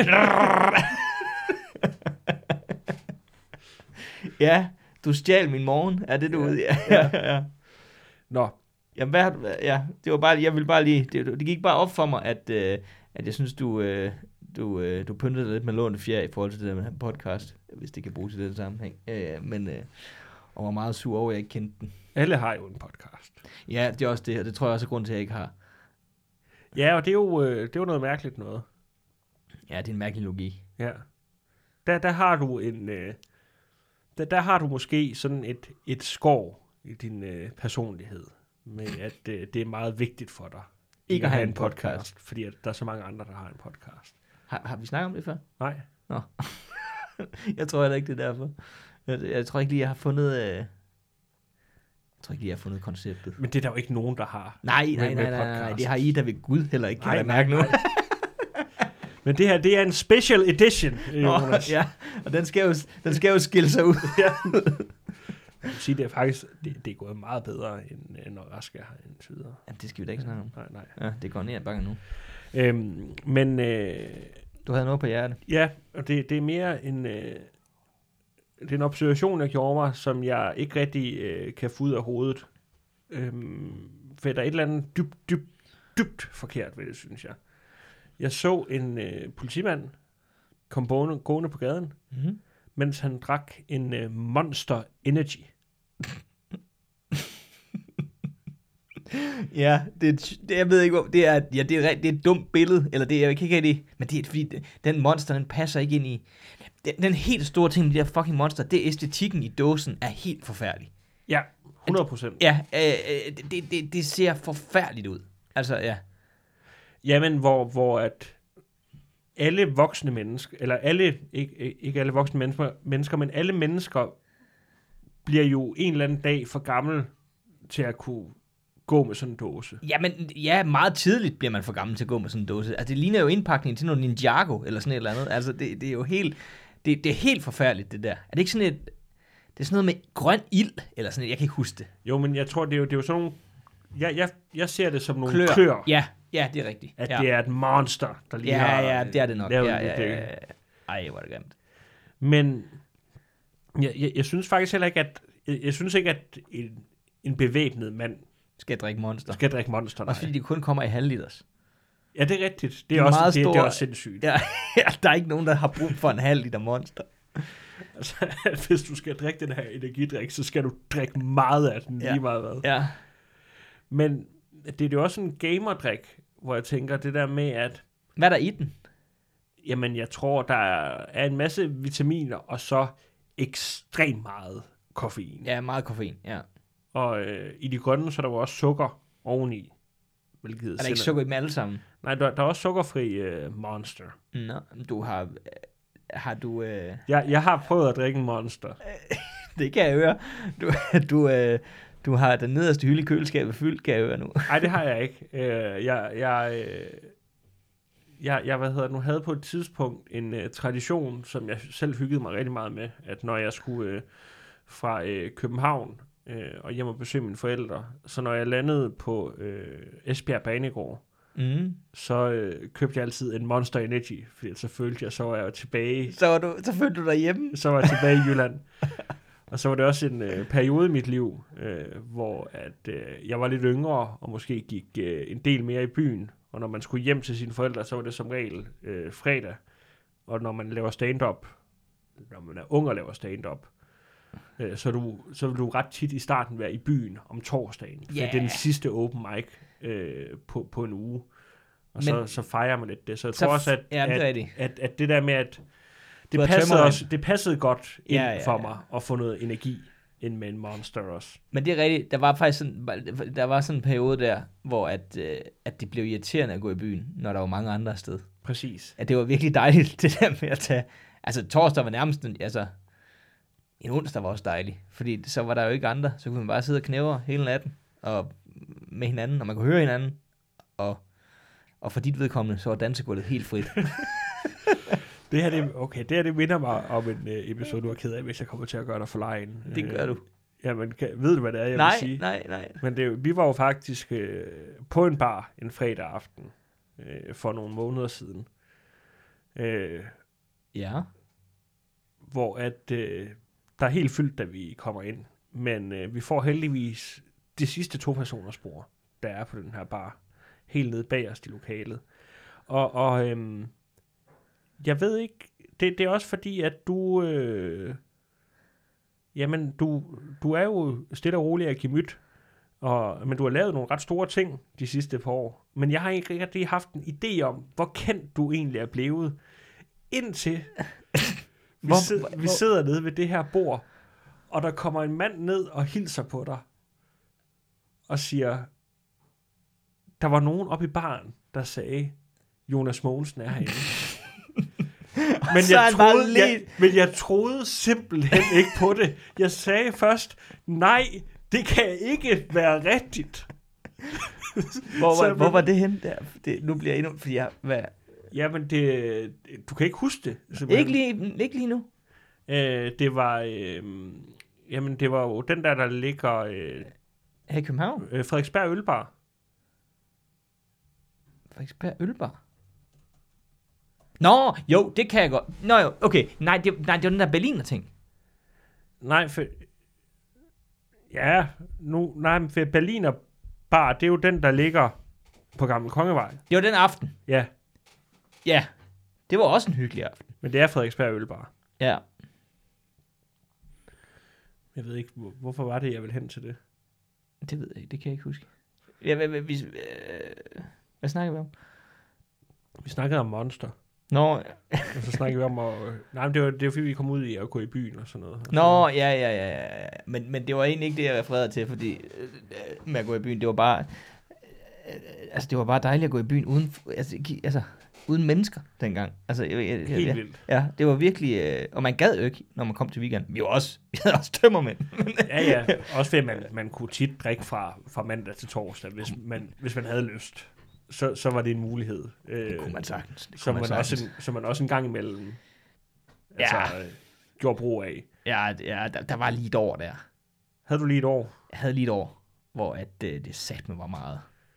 Ja, du stjal min morgen. Er det du Ja, ude? Ja, ja, ja. Nå, Jamen, hvad har du... Ja, det var bare... Jeg vil bare lige... Det, det gik bare op for mig, at, øh, at jeg synes, du... Øh, du, øh, du pyntede dig lidt med lånte fjer i forhold til det der med den podcast, hvis det kan bruges i den sammenhæng. Øh, men... Øh, og var meget sur over, at jeg ikke kendte den. alle har jo en podcast. Ja, det er også det, og det tror jeg også er grund til, at jeg ikke har. Ja, og det er jo, øh, det er jo noget mærkeligt noget. Ja, det er en mærkelig logik. Ja. Der, der har du en... Øh, der, der har du måske sådan et, et skår i din øh, personlighed, med at øh, det er meget vigtigt for dig. Ikke at have en podcast. Fordi at der er så mange andre, der har en podcast. Har, har vi snakket om det før? Nej. Nå. Jeg tror heller ikke, det er derfor. Jeg, jeg tror ikke lige, jeg har fundet... Øh... Jeg tror ikke lige, jeg har fundet konceptet. Men det er der jo ikke nogen, der har. Nej, med- nej, med nej, nej, nej, podcast. det har I da ved Gud heller ikke, kan Nej, jeg nej, mærke nu. nej. Men det her, det er en special edition, Nå, Jonas. ja, og den skal, jo, den skal jo skille sig ud. Jeg vil sige, det er faktisk det, det er gået meget bedre, end, end når Rask er her indtil videre. Jamen, det skal vi da ikke snakke om. Nej, nej. Ja, det går ned ad bakken nu. Øhm, men øh, Du havde noget på hjertet. ja, og det, det er mere en, øh, det er en observation, jeg gjorde mig, som jeg ikke rigtig øh, kan få ud af hovedet. Øhm, for der er et eller andet dybt, dybt, dybt forkert ved det, synes jeg. Jeg så en øh, politimand komme gående, gående på gaden, Mm-hmm. mens han drak en øh, Monster Energy. Ja, det, er- det, jeg ved ikke, hvor, det er, ja, det er, rigt- det er et dumt billede, eller det, jeg kan ikke have det, men det er fordi, det- den monster, den passer ikke ind i, den, den helt store ting med de der fucking monster, det er æstetikken i dåsen er helt forfærdelig. Ja, hundrede procent. Ja, øh, øh, det, det, det ser forfærdeligt ud. Altså, ja. Jamen, hvor, hvor at alle voksne mennesker, eller alle, ikke, ikke alle voksne mennesker, mennesker, men alle mennesker bliver jo en eller anden dag for gammel til at kunne gå med sådan en dåse. Ja, men ja, meget tidligt bliver man for gammel til at gå med sådan en dåse. Altså, det ligner jo indpakning til noget Ninjago, eller sådan et eller andet. Altså, det, det er jo helt, det, det er helt forfærdeligt, det der. Er det ikke sådan et, det er sådan noget med grøn ild, eller sådan et, jeg kan ikke huske det. Jo, men jeg tror, det er jo, det er jo sådan nogle... Jeg, jeg, jeg ser det som nogle Klør. klør, klør Ja, ja, det er rigtigt. at ja. det er et monster, der lige Ja, har ja, det er det nok. lavet Ja, det. ja, ja, ja. Ej, hvor er det grimt. Men jeg, jeg, jeg synes faktisk heller ikke, at... Jeg, jeg synes ikke, at en, en bevæbnet mand Skal jeg drikke monster? skal drikke monster. Også Nej. fordi de kun kommer i halvliters. Ja, det er rigtigt. Det De er, er også, meget det, det er store. også sindssygt. Ja, ja, der er ikke nogen, der har brug for en halv liter monster. Altså, hvis du skal drikke den her energidrik, så skal du drikke meget af den, Ja. lige meget hvad. Ja. Men det er jo også en gamerdrik, hvor jeg tænker det der med, at Hvad er der i den? jamen, jeg tror, der er en masse vitaminer, og så ekstremt meget koffein. Ja, meget koffein, ja. Og øh, i de grønne, så er der jo også sukker oveni. Hvilket Er der ikke sukker i dem alle sammen? Nej, der, der er også sukkerfri øh, Monster. Nå, du har... Har du... Øh... Jeg, jeg har prøvet at drikke en Monster. Det kan jeg høre. Du, du, øh... du har den nederste hylde i køleskabet fyldt, kan jeg høre nu. Nej, det har jeg ikke. Øh, jeg, jeg, øh, jeg, jeg, hvad hedder det nu, havde på et tidspunkt en øh, tradition, som jeg selv hyggede mig rigtig meget med, at når jeg skulle øh, fra øh, København øh, og hjem og besøge mine forældre, så når jeg landede på øh, Esbjerg Banegård, Mm. så øh, købte jeg altid en Monster Energy, fordi så følte jeg, så var jeg jo tilbage, Så, var du, så følte du dig hjemme. så var jeg tilbage i Jylland. Og så var det også en øh, periode i mit liv, øh, hvor at, øh, jeg var lidt yngre, og måske gik øh, en del mere i byen. Og når man skulle hjem til sine forældre, så var det som regel øh, fredag. Og når man laver stand-up, når man er ung og laver stand-up, øh, så, du, så vil du ret tit i starten være i byen om torsdagen. For Ja. det er den sidste open mic øh, på, på en uge. Og Men, så, så fejrer man lidt det. Så jeg så tror også, at, ja, det, at, det. at, at det der med, at det Du passede, tømmermand. også, det passede godt ind Ja, ja, for ja. mig at få noget energi ind med en Monster også. Men det er rigtigt. Der var faktisk sådan, der var sådan en periode der, hvor at, øh, at det blev irriterende at gå i byen, når der var mange andre afsted. Præcis. At det var virkelig dejligt, det der med at tage... Altså, torsdag var nærmest en... Altså, en onsdag var også dejlig. Fordi så var der jo ikke andre. Så kunne man bare sidde og knævre hele natten. Og med hinanden, og man kunne høre hinanden. Og, og for dit vedkommende, så var dansegulvet helt frit. Det her, det, okay, det her, det minder mig om en øh, episode, du er ked af, hvis jeg kommer til at gøre dig for lejen. Det gør du. Jamen, kan, ved du, hvad det er, jeg nej, vil sige? nej, nej. Men det, vi var jo faktisk øh, på en bar en fredag aften øh, for nogle måneder siden. Øh, Ja. hvor at øh, der er helt fyldt, da vi kommer ind. Men øh, vi får heldigvis de sidste to personers spor, der er på den her bar. Helt nede bag os i lokalet. Og, og øh, jeg ved ikke, det, det er også fordi, at du... Øh, jamen, du, du er jo stille og rolig af gemyt. Og, men du har lavet nogle ret store ting de sidste par år. Men jeg har ikke rigtig haft en idé om, hvor kendt du egentlig er blevet. Indtil vi, Hvor- sid, hvor- vi sidder nede ved det her bord, og der kommer en mand ned og hilser på dig. Og siger, der var nogen oppe i baren, der sagde, Jonas Mogensen er herinde. Men så er jeg, han bare troede, lige- jeg, men jeg troede simpelthen ikke på det. Jeg sagde først, nej, det kan ikke være rigtigt. Hvor, Så var, jeg hvor blev- var det henne der? Det, nu bliver jeg endnu... Fordi jeg, hvad, Jamen, det, du kan ikke huske det. simpelthen. ikke, lige, ikke lige nu. Øh, det var, øh, jamen, det var jo den der, der ligger øh, Her i København? øh, Frederiksberg Ølbar. Frederiksberg Ølbar. Nå, jo, det kan jeg godt. Nå jo, okay. Nej, det, nej, det var den der Berliner ting. Nej, for, ja, nu, nej, men for Berliner Bar, det er jo den, der ligger på Gamle Kongevej. Det var den aften. Ja, Ja, det var også en hyggelig aften. men det er Frederiksberg Ølbar. Ja. Jeg ved ikke, hvor- hvorfor var det, jeg ville hen til det? Det ved jeg ikke, det kan jeg ikke huske. Ja, hvad, hvad, vi, øh, hvad snakker vi om? Vi snakkede om Monster, Nå, og så snakkede vi om at... Nej, men det var, det var fordi, vi kom ud i at gå i byen og sådan noget. Og Nå, så, ja, ja, ja, ja. Men, men det var egentlig ikke det, jeg refererede til, fordi øh, med at gå i byen, det var bare, øh, altså det var bare dejligt at gå i byen uden, altså, ki- altså uden mennesker dengang. Altså, jeg, jeg, jeg, helt ja, vildt. ja, det var virkelig, øh, og man gad jo ikke, når man kom til weekenden. Vi var også, vi havde også tømmermænd. Ja, ja. Også fordi man, man kunne tit drikke fra, fra mandag til torsdag, hvis man, hvis man havde lyst. Så, så var det en mulighed. Øh, Det kunne man sagtens. Det så, kunne man man sagtens. også en, så man også en gang imellem Ja. altså, øh, gjorde brug af. Ja, ja der, der var lige et år der. Havde du lige et år? Jeg havde lige et år, hvor at, øh, det satte mig var meget.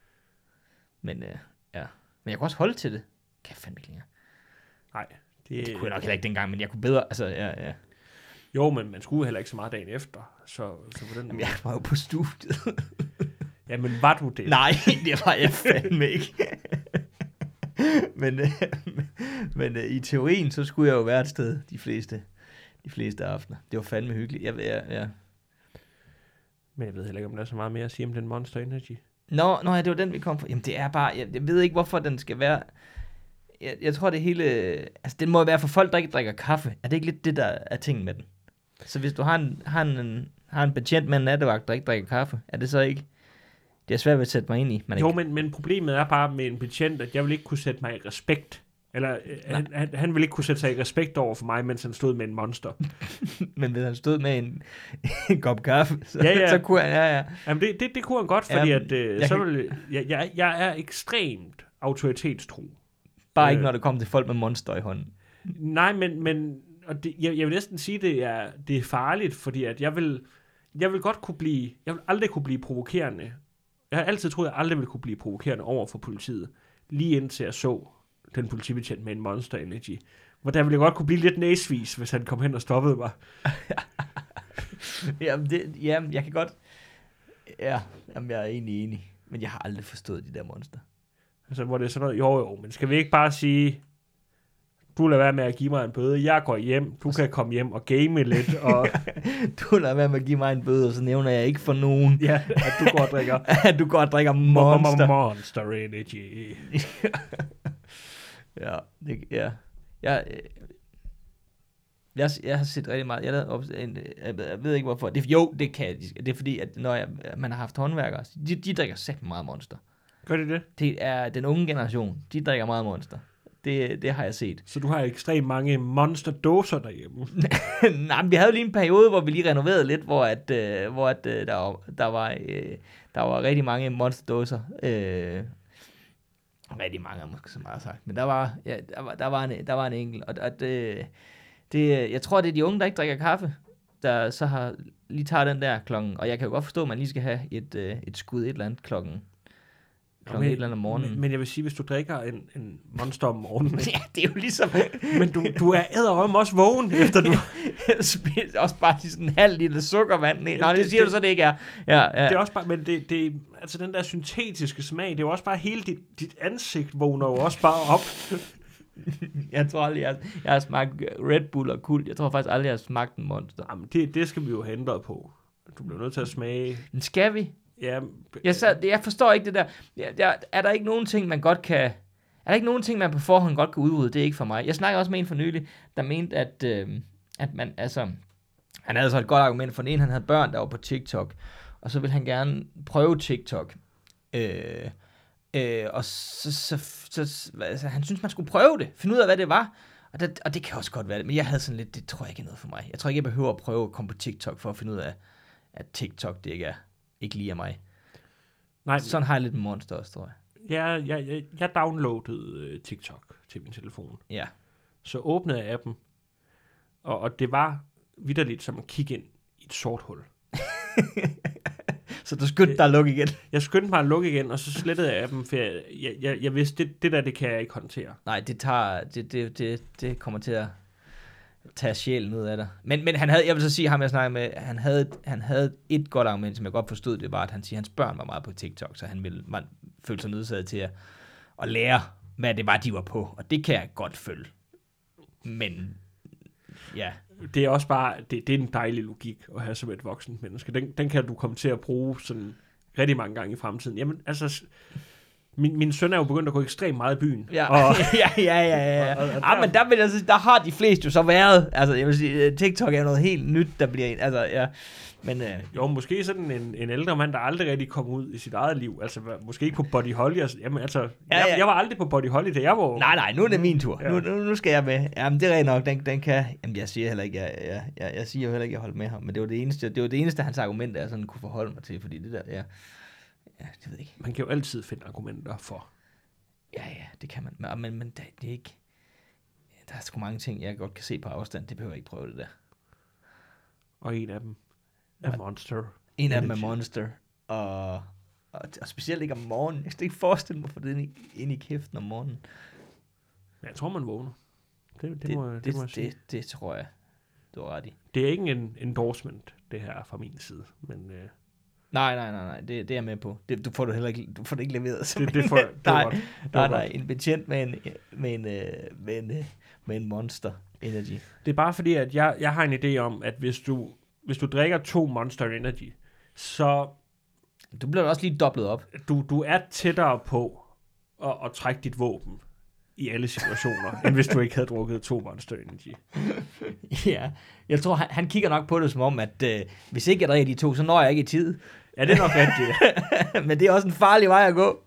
Men øh, ja, men jeg kunne også holde til det. Kan jeg fandme ikke længere. Nej. Det, Det kunne jeg nok heller ikke dengang, men jeg kunne bedre, altså, ja, ja. Jo, men man skulle heller ikke så meget dagen efter. Så, så på den Jamen, måde. jeg var jo på studiet. Jamen, var du det? Nej, det var jeg fandme ikke. men øh, men øh, i teorien, så skulle jeg jo være et sted de fleste, de fleste aftener. Det var fandme hyggeligt. Jeg, jeg, ja. Men jeg ved heller ikke, om der er så meget mere at sige om den Monster Energy. Nå, nå ja, det var den, vi kom fra. Jamen, det er bare, jeg, jeg ved ikke, hvorfor den skal være... Jeg, jeg tror, det hele... Altså, den må være for folk, der ikke drikker kaffe. Er det ikke lidt det, der er tingen med den? Så hvis du har en, har en, har en betjent med en nattevagt, der ikke drikker kaffe, er det så ikke... Det er svært ved at sætte mig ind i. Man Jo, ikke... men, men problemet er bare med en betjent, at jeg vil ikke kunne sætte mig i respekt. Eller øh, han, han, han vil ikke kunne sætte sig i respekt over for mig, mens han stod med en monster. Men hvis han stod med en, en kop kaffe, så, Ja, ja. så kunne han... Ja, ja. Jamen, det, det, det kunne han godt, fordi Jamen, at, øh, jeg så kan- vil, jeg, jeg, jeg er ekstremt autoritetstro. Bare ikke, Øh. når det kommer til folk med monster i hånden. Nej, men, men og det, jeg, jeg vil næsten sige, det er, det er farligt, fordi at jeg vil, jeg vil godt kunne blive, jeg vil aldrig kunne blive provokerende. Jeg har altid troet, at jeg aldrig ville kunne blive provokerende over for politiet, lige indtil jeg så den politibetjent med en Monster Energy. Hvor der ville jeg godt kunne blive lidt næsvis, hvis han kom hen og stoppede mig. Jamen, det, jamen, jeg kan godt... Ja, jamen, jeg er egentlig enig. Men jeg har aldrig forstået de der monster. Altså, hvor det er sådan noget, jo jo, men skal vi ikke bare sige, du lader være med at give mig en bøde, jeg går hjem, du kan komme hjem og game lidt. Og... du lader være med at give mig en bøde, og så nævner jeg ikke for nogen. Ja, at du går og drikker. at du går og drikker Monster. Monster Energy. ja, det, ja. Jeg, jeg, jeg har set rigtig meget. Jeg, lavede en, jeg ved ikke hvorfor. Det, jo, det kan jeg. Det er fordi, at når jeg, man har haft håndværkere, de, de drikker sæt meget Monster. Gør de det? Det er den unge generation. De drikker meget Monster. Det, det har jeg set. Så du har ekstremt mange monsterdåser derhjemme? Nej, men vi havde jo lige en periode, hvor vi lige renoverede lidt, hvor, at, øh, hvor at, øh, der, var, der, var, øh, der var rigtig mange monsterdåser. Øh, rigtig mange, måske så meget sagt. Men der var, ja, der var, der var, en, der var en enkelt. Og, og det, det, jeg tror, det er de unge, der ikke drikker kaffe, der så har lige tager den der klokken. Og jeg kan jo godt forstå, at man lige skal have et, øh, et skud et eller andet klokken. Klokken men, et eller andet om morgenen. Men, men jeg vil sige, hvis du drikker en, en Monster om morgenen... ja, det er jo ligesom... men du, du er edderøm også vågen, efter du... også bare lige sådan en halv liter sukkervand. Nej, det, det siger det, du så, det ikke er. Ja, ja. Det er også bare... Men det, det, altså den der syntetiske smag, det er jo også bare hele dit, dit ansigt vågner jo også bare op. jeg tror aldrig, jeg, jeg har smagt Red Bull og Kult. Jeg tror faktisk aldrig, jeg har smagt en Monster. Jamen, det, det skal vi jo have ændret på. Du bliver nødt til at smage... Men skal vi? Ja, jeg, så, jeg forstår ikke det der. Jeg, der. Er der ikke nogen ting, man godt kan... Er der ikke nogen ting, man på forhånd godt kan udrydde? Det er ikke for mig. Jeg snakker også med en for nylig, der mente, at, øh, at man... Altså, han havde så et godt argument for den ene. Han havde børn, der var på TikTok. Og så ville han gerne prøve TikTok. Øh, øh, og så, så, så, så altså, han synes man skulle prøve det. Finde ud af, hvad det var. Og det, og det kan også godt være det. Men jeg havde sådan lidt... Det tror jeg ikke er noget for mig. Jeg tror ikke, jeg behøver at prøve at komme på TikTok for at finde ud af, at TikTok det ikke er... ikke lige af mig. Nej, sådan har jeg lidt Monster også, tror jeg. Ja, jeg, jeg, jeg downloadede uh, TikTok til min telefon. Ja. Så åbnede jeg appen, og, og det var vitterligt som at kigge ind i et sort hul. Så du skyndte dig at lukke igen? Jeg skyndte mig at lukke igen, og så slettede jeg appen, for jeg, jeg, jeg, jeg vidste, det, det der, det kan jeg ikke håndtere. Nej, det tager, det, det, det, det kommer til at tage sjælen ud af dig. Men, men han havde, jeg vil så sige, ham jeg snakkede med, han havde, han havde et godt argument, som jeg godt forstod, det var, at han siger, at hans børn var meget på TikTok, så han ville, man følte sig nødsaget til at, at lære, hvad det var, de var på. Og det kan jeg godt følge. Men, ja. Det er også bare, det, det er en dejlig logik at have som et voksen menneske. Den, den kan du komme til at bruge sådan rigtig mange gange i fremtiden. Jamen, altså... Min, min søn er jo begyndt at gå ekstremt meget i byen. Ja, og, ja, ja, ja. ja. Og, og, og der, ah, men der, vil jeg sige, der har de fleste jo så været. Altså, jeg vil sige, TikTok er noget helt nyt, der bliver en. Altså, ja. Men, øh, jo, måske sådan en, en ældre mand, der aldrig rigtig kom ud i sit eget liv. Altså, måske ikke på Body Holly. Altså, jamen, altså, ja, jeg, ja. jeg var aldrig på Body Holly, da jeg var... Nej, nej, nu er det min tur. Ja. Nu, nu, nu skal jeg med. Jamen, det er rent nok. Den, den kan... Jamen, jeg siger heller ikke, jeg, jeg, jeg, jeg siger jo heller ikke, jeg holder med ham. Men det var det eneste, det var det eneste hans argument, jeg sådan kunne forholde mig til. Fordi det der, ja... Ja, det ved jeg ikke. Man kan jo altid finde argumenter for... Ja, ja, det kan man. Men, men, men det, det er ikke... Der er sgu mange ting, jeg godt kan se på afstand. Det behøver jeg ikke prøve det der. Og en af dem er Monster. En af dem er Monster. Og, og, og specielt ikke om morgenen. Jeg skal ikke forestille mig at få det ind i, ind i kæften om morgenen. Jeg tror, man vågner. Det, det, det, må, det, det, må jeg sige. Det, det tror jeg, du har ret i. Det er ikke en endorsement, det her fra min side. Men... Øh, Nej, nej, nej, nej, det, det er jeg med på. Det, du får du heller ikke, du får det ikke leveret. Det, det får, det nej, godt. nej, nej, en betjent med en, med en, med en, med en Monster Energy. Det er bare fordi, at jeg, jeg har en idé om, at hvis du, hvis du drikker to Monster Energy, så... Du bliver også lige dobblet op. Du, du er tættere på at, at trække dit våben i alle situationer, end hvis du ikke havde drukket to Monster Energy. Ja, jeg tror, han, han kigger nok på det som om, at øh, hvis ikke jeg drikker de to, så når jeg ikke i tid. Ja, det er nok rigtigt. Men det er også en farlig vej at gå.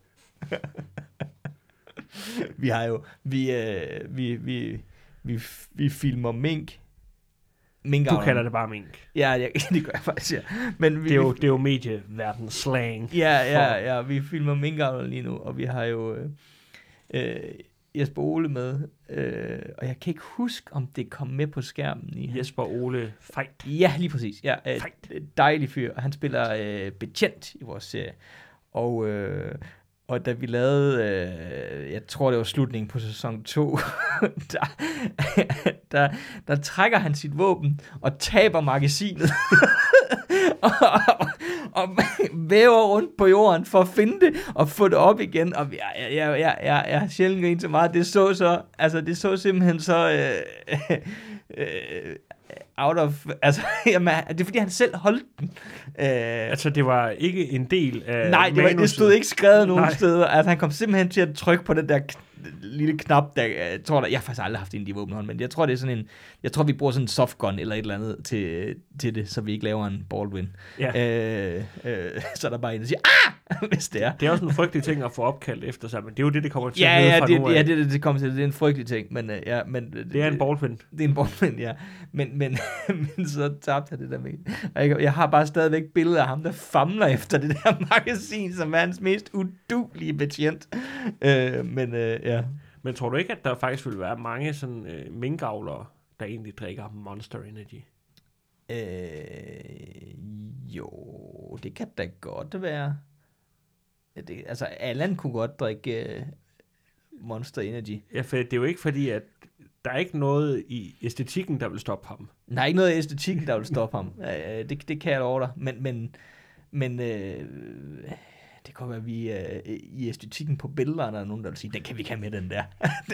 Vi har jo, vi, øh, vi, vi, vi, vi filmer mink. Du kalder det bare mink. Ja, ja, det gør jeg faktisk, ja. Men vi, det, er jo, det er jo medieverdens slang. Ja, ja, ja, vi filmer minkavler lige nu, og vi har jo... Øh, øh, Jesper Ole med, øh, og jeg kan ikke huske, om det kom med på skærmen. I Jesper Ole Fight. Ja, lige præcis. Ja, øh, Fight. Dejlig fyr, og han spiller øh, betjent i vores serie. Og, øh, og da vi lavede, øh, jeg tror det var slutningen på sæson to, der, der, der trækker han sit våben og taber magasinet. og, og, og væver rundt på jorden for at finde det og få det op igen. Og jeg, jeg, jeg, jeg, jeg, jeg har sjældent grint så meget. Det så så, altså det så simpelthen så øh, øh, out of, altså jamen, det er fordi han selv holdt den. Øh, altså det var ikke en del af nej, det, var, det stod ikke skrevet nogen nej. steder. Altså han kom simpelthen til at trykke på den der lille knap, der, jeg tror, der, jeg har faktisk aldrig haft en i våbenhånd, men jeg tror, det er sådan en, jeg tror, vi bruger sådan en softgun eller et eller andet til, til det, så vi ikke laver en Baldwin. Ja. Øh, øh, så er der bare en, der siger, ah, hvis det er. Det er også en frygtelig ting at få opkaldt efter sig, men det er jo det, det kommer til ja, at ja, fra det, nu af. Ja, det, det, det kommer til, det er en frygtelig ting, men, uh, ja, men det, det er en Baldwin. Det er en Baldwin, ja. Men, men, men så tabte jeg det der med. Jeg, jeg har bare stadigvæk billeder af ham, der famler efter det der magasin, som er hans mest udulige betjent. Øh, men, øh, ja. Men tror du ikke, at der faktisk vil være mange sådan øh, minkavlere, der egentlig drikker Monster Energy? Øh, jo, det kan da godt være. Det, altså, Allan kunne godt drikke øh, Monster Energy. Ja, for det er jo ikke fordi, at der er ikke noget i æstetikken, der vil stoppe ham. Der er ikke noget i æstetikken, der vil stoppe ham. Øh, det, det kan jeg love dig. Men, men, men øh, det kan være, at vi øh, i æstetikken på billederne er nogen, der vil sige, den kan vi ikke have med, den der.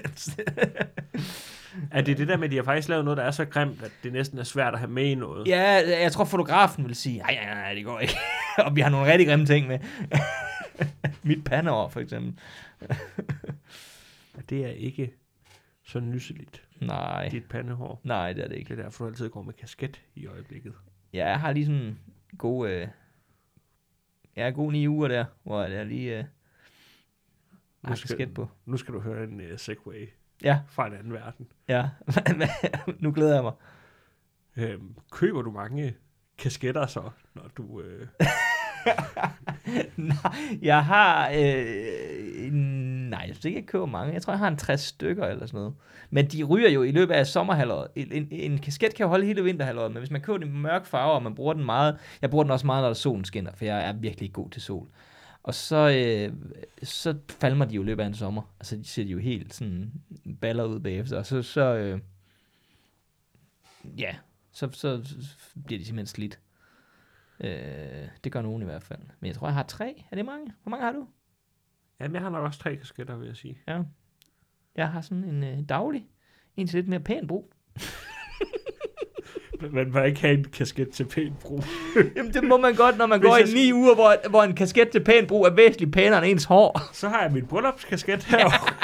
Er det det der med, at de har faktisk lavet noget, der er så grimt, at det næsten er svært at have med i noget? Ja, jeg tror, fotografen vil sige, nej, nej, nej, det går ikke. Og vi har nogle rigtig grimme ting med. Mit pandeår, for eksempel. Det er ikke så nysseligt. Nej. Dit pandehår. Nej, det er det ikke. Det er derfor, du altid går med kasket i øjeblikket. Ja, jeg har lige sådan en god... Øh, jeg er god ni uger der, hvor jeg lige... Øh, nu, skal, på. nu skal du høre en uh, segway. Ja. Fra en anden verden. Ja, nu glæder jeg mig. Øhm, køber du mange kasketter så, når du... Øh... nej, jeg har... Øh, nej, jeg synes ikke, jeg køber mange. Jeg tror, jeg har en tres stykker eller sådan noget. Men de ryger jo i løbet af sommerhalvåret. En, en, en kasket kan jo holde hele vinterhalvåret, men hvis man køber den i mørk farve, og man bruger den meget... Jeg bruger den også meget, når solen skinner, for jeg er virkelig god til sol. Og så, øh, så falmer de jo i løbet af en sommer. Altså, de ser de jo helt sådan baller ud bagefter. Og så, så øh, ja, så, så, så bliver de simpelthen slidt. Øh, det gør nogen i hvert fald. Men jeg tror, jeg har tre. Er det mange? Hvor mange har du? Jamen, jeg har nok også tre kasketter, vil jeg sige. Ja. Jeg har sådan en øh, daglig. En til lidt mere pæn brug. Man må ikke have en kasket til pæn brug. Jamen, det må man godt, når man Hvis går i ni uger, hvor, hvor en kasket til pæn brug er væsentligt pænere end ens hår. Så har jeg min bryllupskasket her.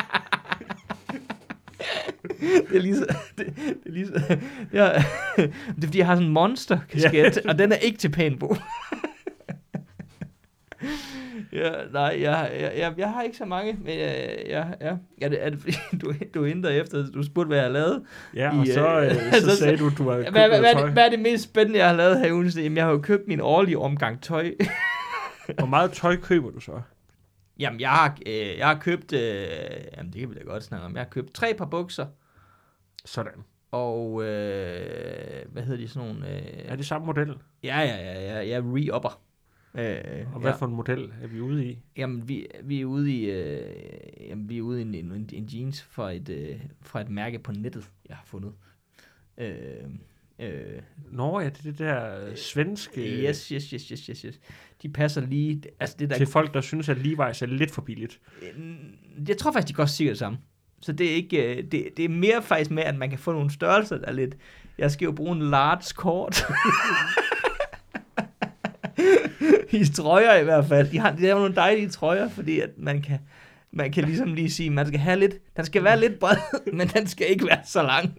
Det er lige så... Det, det er lige så... Ja, det er fordi, jeg har sådan en monster-kasket, ja. Og den er ikke til pæn brug. Ja, nej, jeg, jeg, jeg, jeg har ikke så mange, men jeg, jeg, ja, er det, er det fordi, du, du henter efter, du spurgte, hvad jeg har lavet? Ja, og i, så, øh, så, så sagde du, du har købt hvad, noget hvad, tøj. Hvad er det mest spændende, jeg har lavet her i ugen? Jamen, jeg har jo købt min årlige omgang tøj. Hvor meget tøj køber du så? Jamen, jeg har, øh, jeg har købt, øh, jamen det kan vi da godt snakke om, jeg har købt tre par bukser. Sådan. Og, øh, hvad hedder de sådan nogle? Øh, er det samme model? Ja, ja, ja, ja, jeg re-upper. Øh, og hvad ja. for en model er vi ude i? Jamen, vi, vi er ude i, øh, jamen, vi er ude i en, en, en jeans fra et, øh, fra et mærke på nettet, jeg har fundet. Øh, øh, Nå ja, det er det der svenske... Yes, yes, yes, yes, yes, yes. De passer lige... Altså det der, til folk, der synes, at Levi's er lidt for billigt. Jeg tror faktisk, de koster sikkert det samme. Så det er ikke... Det, det er mere faktisk med, at man kan få nogle størrelser, der er lidt... Jeg skal jo bruge en large kort. I trøjer i hvert fald. De har, de har nogle dejlige trøjer, fordi at man kan, man kan ligesom lige sige, man skal have lidt, den skal være lidt bred, men den skal ikke være så lang.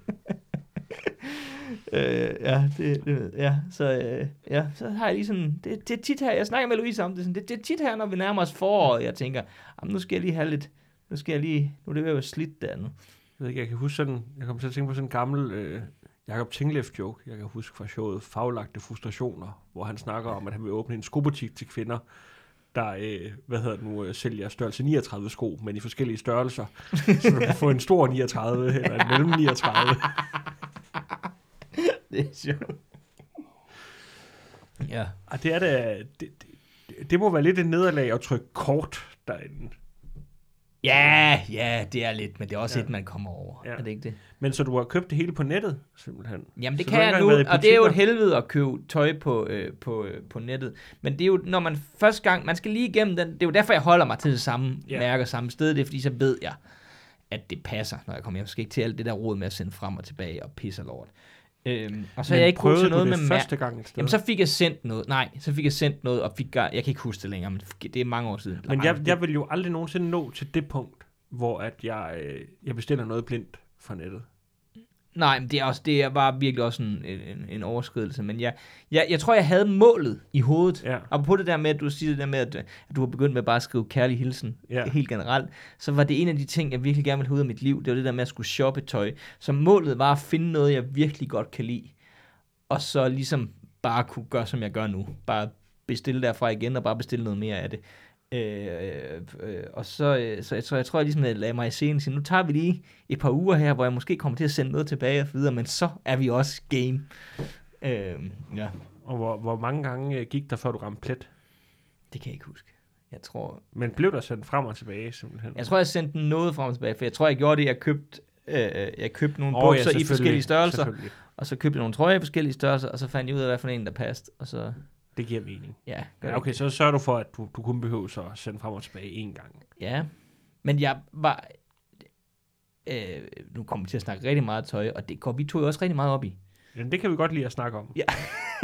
øh, ja, det, det, ja, så, øh, ja, så har jeg lige sådan, det, det er tit her, jeg snakker med Louise om det, sådan, det, det er tit her, når vi nærmer os foråret, jeg tænker, nu skal jeg lige have lidt, nu skal jeg lige, nu er det ved at være slidt der nu. Jeg ved ikke, jeg kan huske sådan, jeg kommer til at tænke på sådan en gammel... Øh Jakob Tingleff joke, jeg kan huske fra showet Faglagte Frustrationer, hvor han snakker om, at han vil åbne en skobutik til kvinder, der, øh, hvad hedder det nu, sælger størrelse niogtredive sko, men i forskellige størrelser. Så du kan få en stor niogtredive, eller en mellem niogtredive. Det er sjovt. Ja. Og det er da, det, det, det må være lidt et nederlag at trykke kort derinde. Ja, ja, det er lidt, men det er også Ja. et, man kommer over. Ja. Er det ikke det? Men så du har købt det hele på nettet, simpelthen? Jamen det Så kan du har jeg ikke nu, engang været i og det er jo et butikker? helvede at købe tøj på, øh, på, øh, på nettet. Men det er jo, når man første gang, man skal lige igennem den, det er jo derfor, jeg holder mig til det samme Ja. mærke og samme sted. Det er fordi, så ved jeg, at det passer, når jeg kommer hjem. Jeg skal ikke til alt det der råd med at sende frem og tilbage og pisse og lort. Øhm, og så er Men jeg ikke god til prøvede noget du med det mær- første gang et sted? Jamen så fik jeg sendt noget. Nej, så fik jeg sendt noget, og fik, jeg kan ikke huske det længere, men det er mange år siden. Men jeg, jeg vil jo aldrig nogensinde nå til det punkt, hvor at jeg, øh, jeg bestiller noget blindt fra nettet. Nej, men det er, også, det er bare virkelig også en, en, en overskridelse. Men jeg, jeg, jeg tror, jeg havde målet i hovedet. Ja. Og på det der med, at du siger det der med, at, at du har begyndt med bare at skrive kærlig hilsen, Ja. helt generelt, så var det en af de ting, jeg virkelig gerne ville have ud af mit liv. Det var det der med at skulle shoppe tøj. Så målet var at finde noget, jeg virkelig godt kan lide. Og så ligesom bare kunne gøre, som jeg gør nu. Bare bestille derfra igen, og bare bestille noget mere af det. Øh, øh, og så, øh, så jeg tror, jeg, tror, jeg ligesom jeg lagde mig i scenen, så nu tager vi lige et par uger her, hvor jeg måske kommer til at sende noget tilbage og videre, men så er vi også game. Øh, ja, Og hvor, hvor mange gange øh, gik der, før du ramte plet? det kan jeg ikke huske. Jeg tror, Men blev der sendt frem og tilbage, simpelthen? jeg tror, jeg sendte noget frem og tilbage, for jeg tror, jeg gjorde det, jeg købte, øh, jeg købte nogle Åh, oh, ja, bukser i selvfølgelig, forskellige størrelser, selvfølgelig. og så købte jeg nogle trøjer i forskellige størrelser, og så fandt jeg ud af, hvad for en, der passede, og så, Det giver mening. ja. gør Ja, det. okay, så sørger du for, at du, du kun behøver så at sende frem og tilbage én gang. Ja, men jeg var, øh, nu kommer vi til at snakke rigtig meget tøj, og det går vi to jo også rigtig meget op i. Men det kan vi godt lide at snakke om. Ja.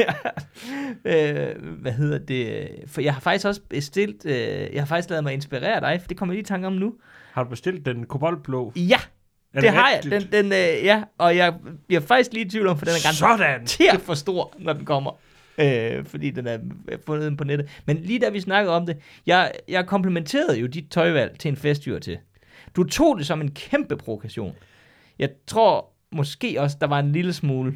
øh, hvad hedder det? For jeg har faktisk også bestilt, øh, jeg har faktisk lavet mig inspirere dig, for det kommer jeg lige i tanke om nu. Har du bestilt den koboldblå? Ja, Er det har jeg. rigtigt? Den, den, øh, ja, og jeg bliver faktisk lige i tvivl om, for den er Sådan! garanteret for stor, når den kommer. Øh, fordi den er jeg har fundet den på nettet. Men lige da vi snakkede om det, jeg, jeg komplimenterede jo dit tøjvalg til en fest, vi var til. Du tog det som en kæmpe provokation. Jeg tror måske også, der var en lille smule.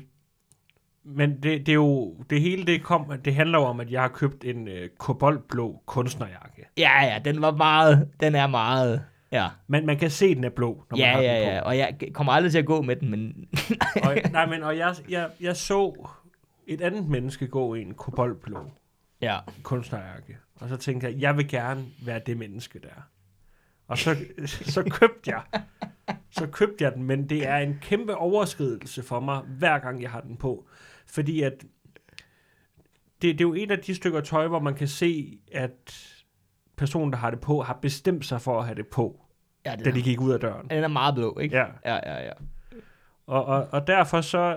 Men det, det er jo, det hele det kom, det handler jo om, at jeg har købt en øh, koboldblå kunstnerjakke. Ja, ja, den var meget, den er meget, ja. Men man kan se, at den er blå, når Ja, man har ja, den på. ja, og jeg kommer aldrig til at gå med den, men Og, nej, men og jeg, jeg, jeg så et andet menneske gå i en koboldblå ja. kunstnerjakke. Og så tænkte jeg, jeg vil gerne være det menneske der. Og så, så købte jeg så købte jeg den, men det er en kæmpe overskridelse for mig, hver gang jeg har den på. Fordi at det, det er jo et af de stykker tøj, hvor man kan se, at personen, der har det på, har bestemt sig for at have det på, Ja, den, da er, de gik ud af døren. den er meget blå, ikke? Ja. Ja, ja, ja. Og, og, og derfor så,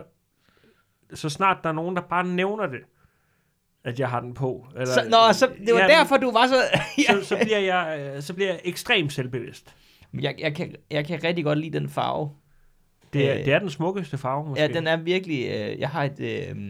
så snart der er nogen, der bare nævner det, at jeg har den på. Eller, Så, nå, så det var ja, derfor, du var så... ja. så, så, bliver jeg, øh, så bliver jeg ekstremt selvbevidst. jeg, jeg, kan, jeg kan rigtig godt lide den farve. Det er, Øh, det er den smukkeste farve, måske. Ja, den er virkelig... Øh, jeg har et... Øh,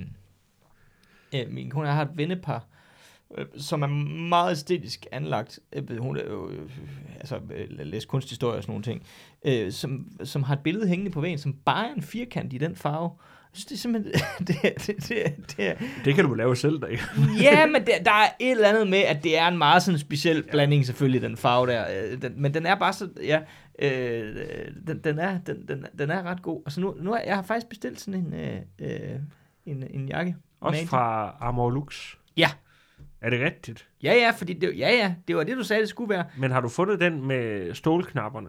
øh, min kone, jeg har et vennepar, øh, som er meget æstetisk anlagt. Øh, hun er jo... Øh, altså, øh, læst kunsthistorie og sådan nogle ting. Øh, som, som har et billede hængende på væggen, som bare er en firkant i den farve. Jeg synes, det er simpelthen... det, det, det, det er, Det kan du lave selv, da. ja, men der, der er et eller andet med, at det er en meget sådan speciel blanding, selvfølgelig, den farve der. Øh, Den, men den er bare så, ja, øh, den, den, er, den, den, den er ret god. Og så nu, nu har jeg har faktisk bestilt sådan en, øh, øh, en, en jakke. Også Magic. fra Armor Lux. Ja. Er det rigtigt? Ja, ja, fordi det, ja, ja, det var det, du sagde, det skulle være. Men har du fundet den med stålknapperne?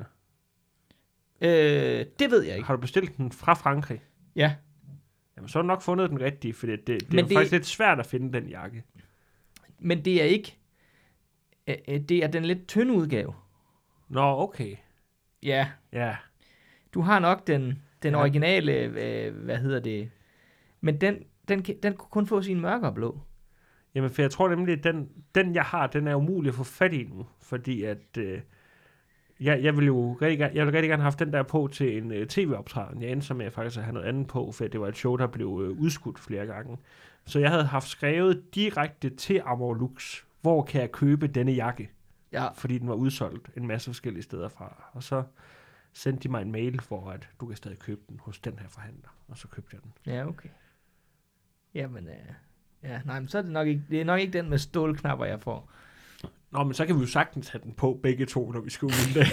Øh, det ved jeg ikke. Har du bestilt den fra Frankrig? Ja. Jamen, så har du nok fundet den rigtige, for det, det, det Men er jo det- faktisk lidt svært at finde den jakke. Men det er ikke, øh, øh, det er den lidt tynde udgave. Nå, okay. Ja. Ja. Du har nok den, den Ja. originale, øh, hvad hedder det, men den, den, kan- den kunne kun få sin mørkere blå. Jamen, for jeg tror nemlig, at den, den jeg har, den er umulig at få fat i nu, fordi at øh, jeg, jeg vil jo rigtig gerne, jeg vil rigtig gerne have haft den der på til en øh, tv-optræden. Jeg endte så med faktisk at have noget andet på, for det var et show, der blev øh, udskudt flere gange. Så jeg havde haft skrevet direkte til Armor Lux, hvor kan jeg købe denne jakke? Ja. Fordi den var udsolgt en masse forskellige steder fra. Og så sendte de mig en mail for, at du kan stadig købe den hos den her forhandler. Og så købte jeg den. Ja, okay. Jamen, øh, ja, nej, men så er det nok ikke, det er nok ikke den med stålknapper, jeg får. Nå, men så kan vi jo sagtens have den på begge to, når vi skal ud en dag.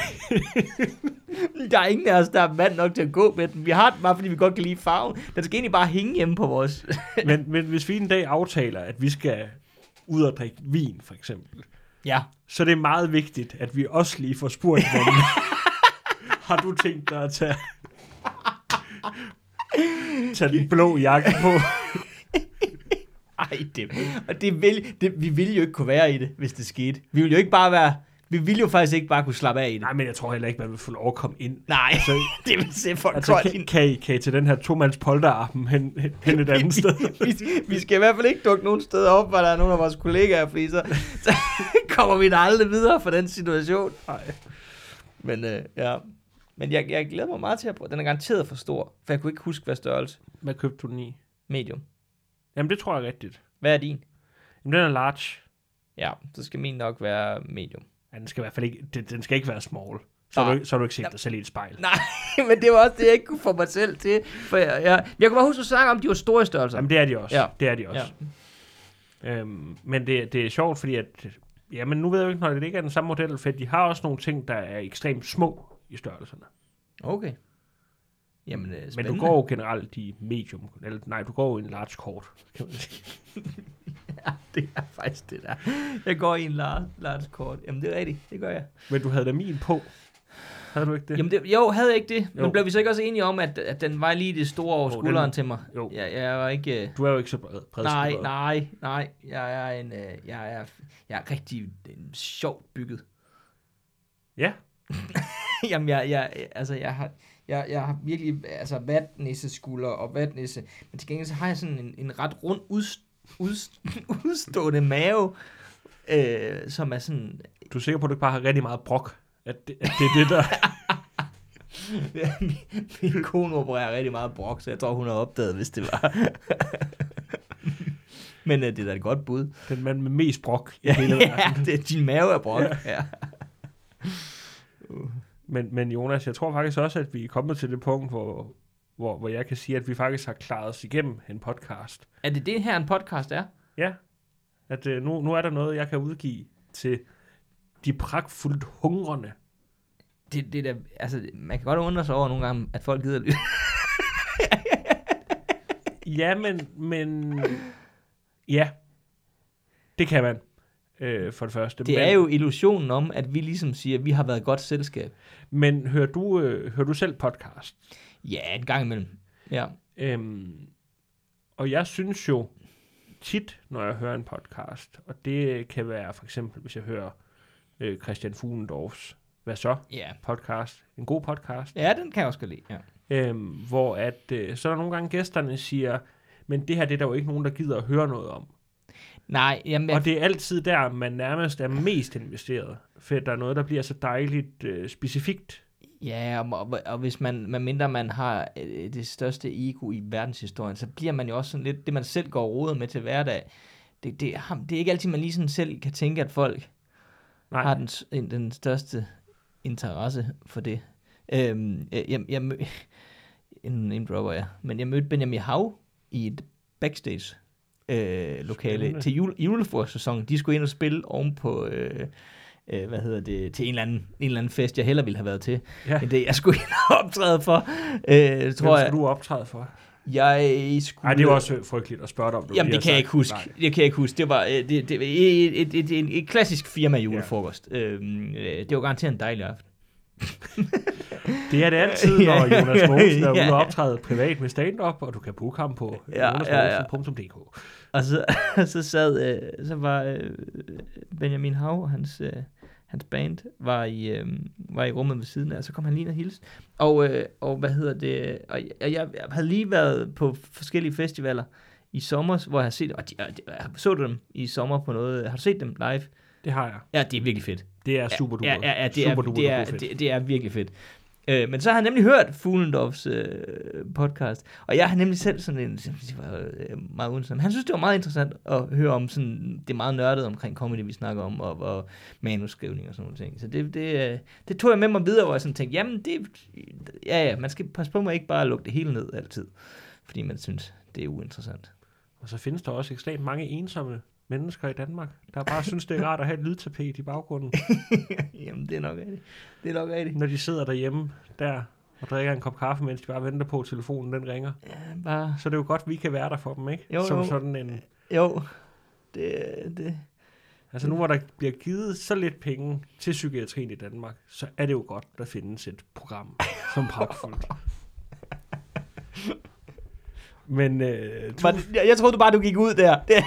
Der er ingen af os, der er mand nok til at gå med den. Vi har den bare, fordi vi godt kan lide farven. Den skal egentlig bare hænge hjemme på vores... men, men hvis vi en dag aftaler, at vi skal ud og drikke vin, for eksempel, Ja. Så det er meget vigtigt, at vi også lige får spurgt hinanden. Har du tænkt dig at tage, tage den blå jakke på? Ej, det, og det vil, det, vi ville jo ikke kunne være i det, hvis det skete. Vi ville jo ikke bare være, vi ville jo faktisk ikke bare kunne slappe af i det. Nej, men jeg tror heller ikke, man vil få lov at komme ind. Nej, altså, det vil se for altså, kan, kan, I, kan I til den her to-mands polterarmen hen, hen, hen et andet sted? vi, vi skal i hvert fald ikke dukke nogen steder op, hvor der er nogle af vores kollegaer, fordi så, så kommer vi da aldrig videre fra den situation. Nej. Men øh, ja, men jeg, jeg glæder mig meget til at prøve. Den er garanteret for stor, for jeg kunne ikke huske, hvad størrelse. Hvad købte du den i? Medium. Jamen, det tror jeg er rigtigt. Hvad er din? Jamen, den er large. Ja, så skal min nok være medium. Ja, den skal i hvert fald ikke, den, den skal ikke være small. Så har du, så har du ikke set dig selv i et spejl. Nej, men det var også det, jeg ikke kunne få mig selv til. For jeg, jeg, jeg kunne bare huske at snakke om, at de var store størrelser. Jamen, det er de også. Ja. Det er de også. Ja. Øhm, men det, det er sjovt, fordi at... Jamen, nu ved jeg jo ikke, når det ikke er den samme model, for de har også nogle ting, der er ekstremt små i størrelserne. Okay. Jamen, det er men du går jo generelt i medium. Eller, nej, du går jo i en large kort, kan man sige. Ja, det er faktisk det der. Jeg går i en large, large kort. Jamen, det er rigtigt. Det gør jeg. Men du havde da min på. Havde du ikke det? Jamen, det, jo, havde jeg ikke det. Jo. Men blev vi så ikke også enige om, at, at den var lige det store over skulderen den, til mig? Jo. Jeg, jeg var ikke... Du er jo ikke så bred. bred nej, skuldret. nej, nej. Jeg er en... Øh, jeg, er, jeg er rigtig en sjovt bygget. Ja. Jamen, jeg, jeg, altså, jeg har... Jeg, jeg har virkelig altså, vatnisseskulder og vatnisse, men til gengæld så har jeg sådan en, en ret rund udst, udst, udstående mave, øh, som er sådan... Du er sikker på, at du ikke bare har rigtig meget brok? At det, at det er det, der... ja, min, min kone opererer rigtig meget brok, så jeg tror, hun har opdaget, hvis det var. Men øh, det er da et godt bud. Den mand med mest brok i ja, hele verden. Ja, det, din mave er brok. Ja. Ja. Uh. Men, men Jonas, jeg tror faktisk også, at vi er kommet til det punkt, hvor, hvor, hvor jeg kan sige, at vi faktisk har klaret os igennem en podcast. Er det det her, en podcast er? Ja. At uh, nu, nu er der noget, jeg kan udgive til de pragtfuldt hungrende. Det, det der, altså, man kan godt undre sig over nogle gange, at folk gider lytte. Ja, men, men... Ja. Det kan man. Øh, for det første. Det men, er jo illusionen om, at vi ligesom siger, at vi har været et godt selskab. Men hører du, øh, hører du selv podcast? Ja, en gang imellem. Ja. Øhm, og jeg synes jo tit, når jeg hører en podcast, og det kan være for eksempel, hvis jeg hører øh, Christian Fuglendorfs Hvad så? Ja. Podcast. En god podcast. Ja, den kan jeg også godt lide. Ja. Øhm, hvor at, øh, så er der nogle gange gæsterne siger, men det her det er der jo ikke nogen, der gider at høre noget om. Nej, jamen... Jeg... Og det er altid der, man nærmest er mest investeret. For der er noget, der bliver så dejligt øh, specifikt. Ja, og, og, og hvis man, medmindre man har øh, det største ego i verdenshistorien, så bliver man jo også sådan lidt, det man selv går og roder med til hverdag, det, det, det er ikke altid, man lige sådan selv kan tænke, at folk Nej. har den, den største interesse for det. Øhm, jeg, jeg, jeg mø... en, en dropper, ja. Men jeg mødte Benjamin Hav i et backstage øh, lokale Spindende. til jule, julefrokostsæsonen. De skulle ind og spille oven på... Øh, Øh, hvad hedder det, til en eller, anden, en eller anden fest, jeg hellere ville have været til, ja. end det, jeg skulle ind og optræde for. Øh, tror Hvem skulle du optræde for? Jeg skulle... Ej, det var også frygteligt at spørge dig om. Du Jamen, det kan sagt. jeg ikke huske. Nej. Det kan jeg ikke huske. Det var det, det, det, et, et, et, et, et klassisk firma julefrokost. Ja. Øhm, det var garanteret en dejlig aften. Det er det altid, når Jonas Mogensen er ude og optræde privat med stand-up, og du kan booke ham på ja, jonas mogensen punktum d k. Og så, så sad, øh, så var øh, Benjamin Hav og hans, øh, hans band var i, øh, var i rummet ved siden af, og så kom han lige ned og hilse. Og, øh, og hvad hedder det, og jeg, jeg havde lige været på forskellige festivaler i sommer, hvor jeg har set dem, og de, de, så du dem i sommer på noget, har du set dem live? Det har jeg. Ja, det er virkelig fedt. Det er super duper. Ja, ja, ja, det, super er, duper, det, er, det, det er virkelig fedt. Øh, men så har jeg nemlig hørt Fuglendorfs øh, podcast, og jeg har nemlig selv sådan en, det var øh, meget uinteressant. Han synes, det var meget interessant at høre om sådan, det meget nørdede omkring comedy, vi snakker om, og, og manuskrivning og sådan nogle ting. Så det, det, øh, det tog jeg med mig videre, hvor jeg sådan tænkte, jamen det, ja ja, man skal passe på mig ikke bare at lukke det hele ned altid, fordi man synes, det er uinteressant. Og så findes der også ekstremt mange ensomme mennesker i Danmark, der bare synes, det er rart at have et lydtapet i baggrunden. Jamen, det er nok rigtigt. Det er nok rigtigt. Når de sidder derhjemme der og drikker en kop kaffe, mens de bare venter på, at telefonen den ringer. Ja, bare... Så det er jo godt, vi kan være der for dem, ikke? Jo, Som jo. sådan en... Jo, det... det... Altså nu hvor der bliver givet så lidt penge til psykiatrien i Danmark, så er det jo godt, der findes et program som Pragtfuldt. Men øh, du... jeg, jeg troede du bare, du gik ud der. Det...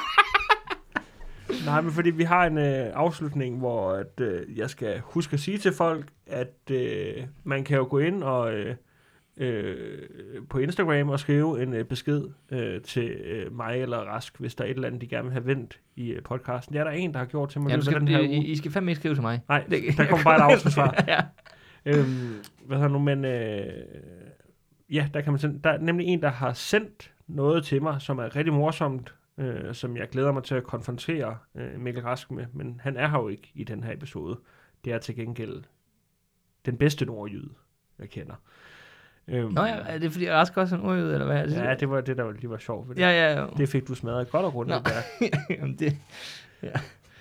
Nej, men fordi vi har en øh, afslutning, hvor at, øh, jeg skal huske at sige til folk, at øh, man kan jo gå ind og øh, øh, på Instagram og skrive en øh, besked øh, til øh, mig eller Rask, hvis der er et eller andet, de gerne vil have vendt i øh, podcasten. Det er der en, der har gjort til mig. Ja, skal, den her I, I skal fandme ikke skrive til mig. Nej, der kommer bare et afslutsvar. Ja. Øhm, hvad hedder nu, men øh, ja, der kan man sende, der er nemlig en, der har sendt noget til mig, som er rigtig morsomt, øh, som jeg glæder mig til at konfrontere øh, Mikkel Rask med, men han er her jo ikke i den her episode. Det er til gengæld den bedste nordjyde, jeg kender. Øhm, Nå ja, er det fordi Rask også er nordjyde, eller hvad? Ja, det var det, der var, lige var sjovt ved det. Ja, ja, ja. Det fik du smadret godt og grundigt der. Jamen det, ja.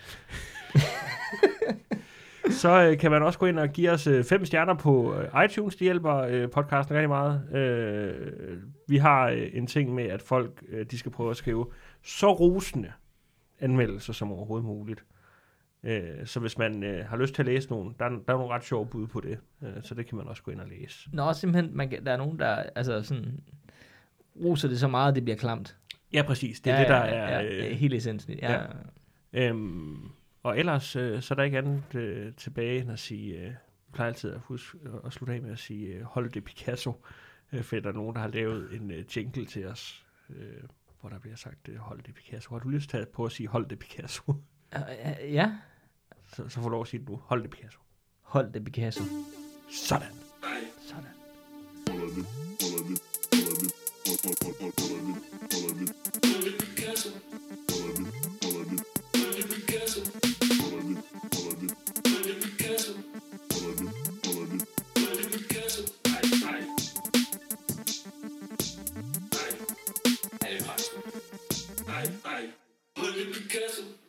Så øh, kan man også gå ind og give os øh, fem stjerner på øh, iTunes. Det hjælper øh, podcasten rigtig meget. Øh, vi har øh, en ting med, at folk øh, de skal prøve at skrive så rosende anmeldelser som overhovedet muligt. Øh, så hvis man øh, har lyst til at læse nogen, der er, der er nogle ret sjove bud på det. Øh, så det kan man også gå ind og læse. Nå, simpelthen, man kan, der er nogen, der altså sådan, roser det så meget, at det bliver klamt. Ja, præcis. Det er ja, det, der ja, er... Ja, øh, helt essensen. Ja. Ja. Øhm, og ellers, øh, så er der ikke andet øh, tilbage end at sige... Øh, jeg plejer altid at huske at slutte af med at sige, øh, hold det Picasso. Øh, for der er nogen, der har lavet en øh, jingle til os, øh, hvor der bliver sagt, øh, hold det Picasso. Har du lyst til at prøve at sige, hold det Picasso? Uh, ja. Så, så får du lov at sige det nu. Hold det Picasso. Hold det Picasso. Sådan. Sådan. Hold det Picasso.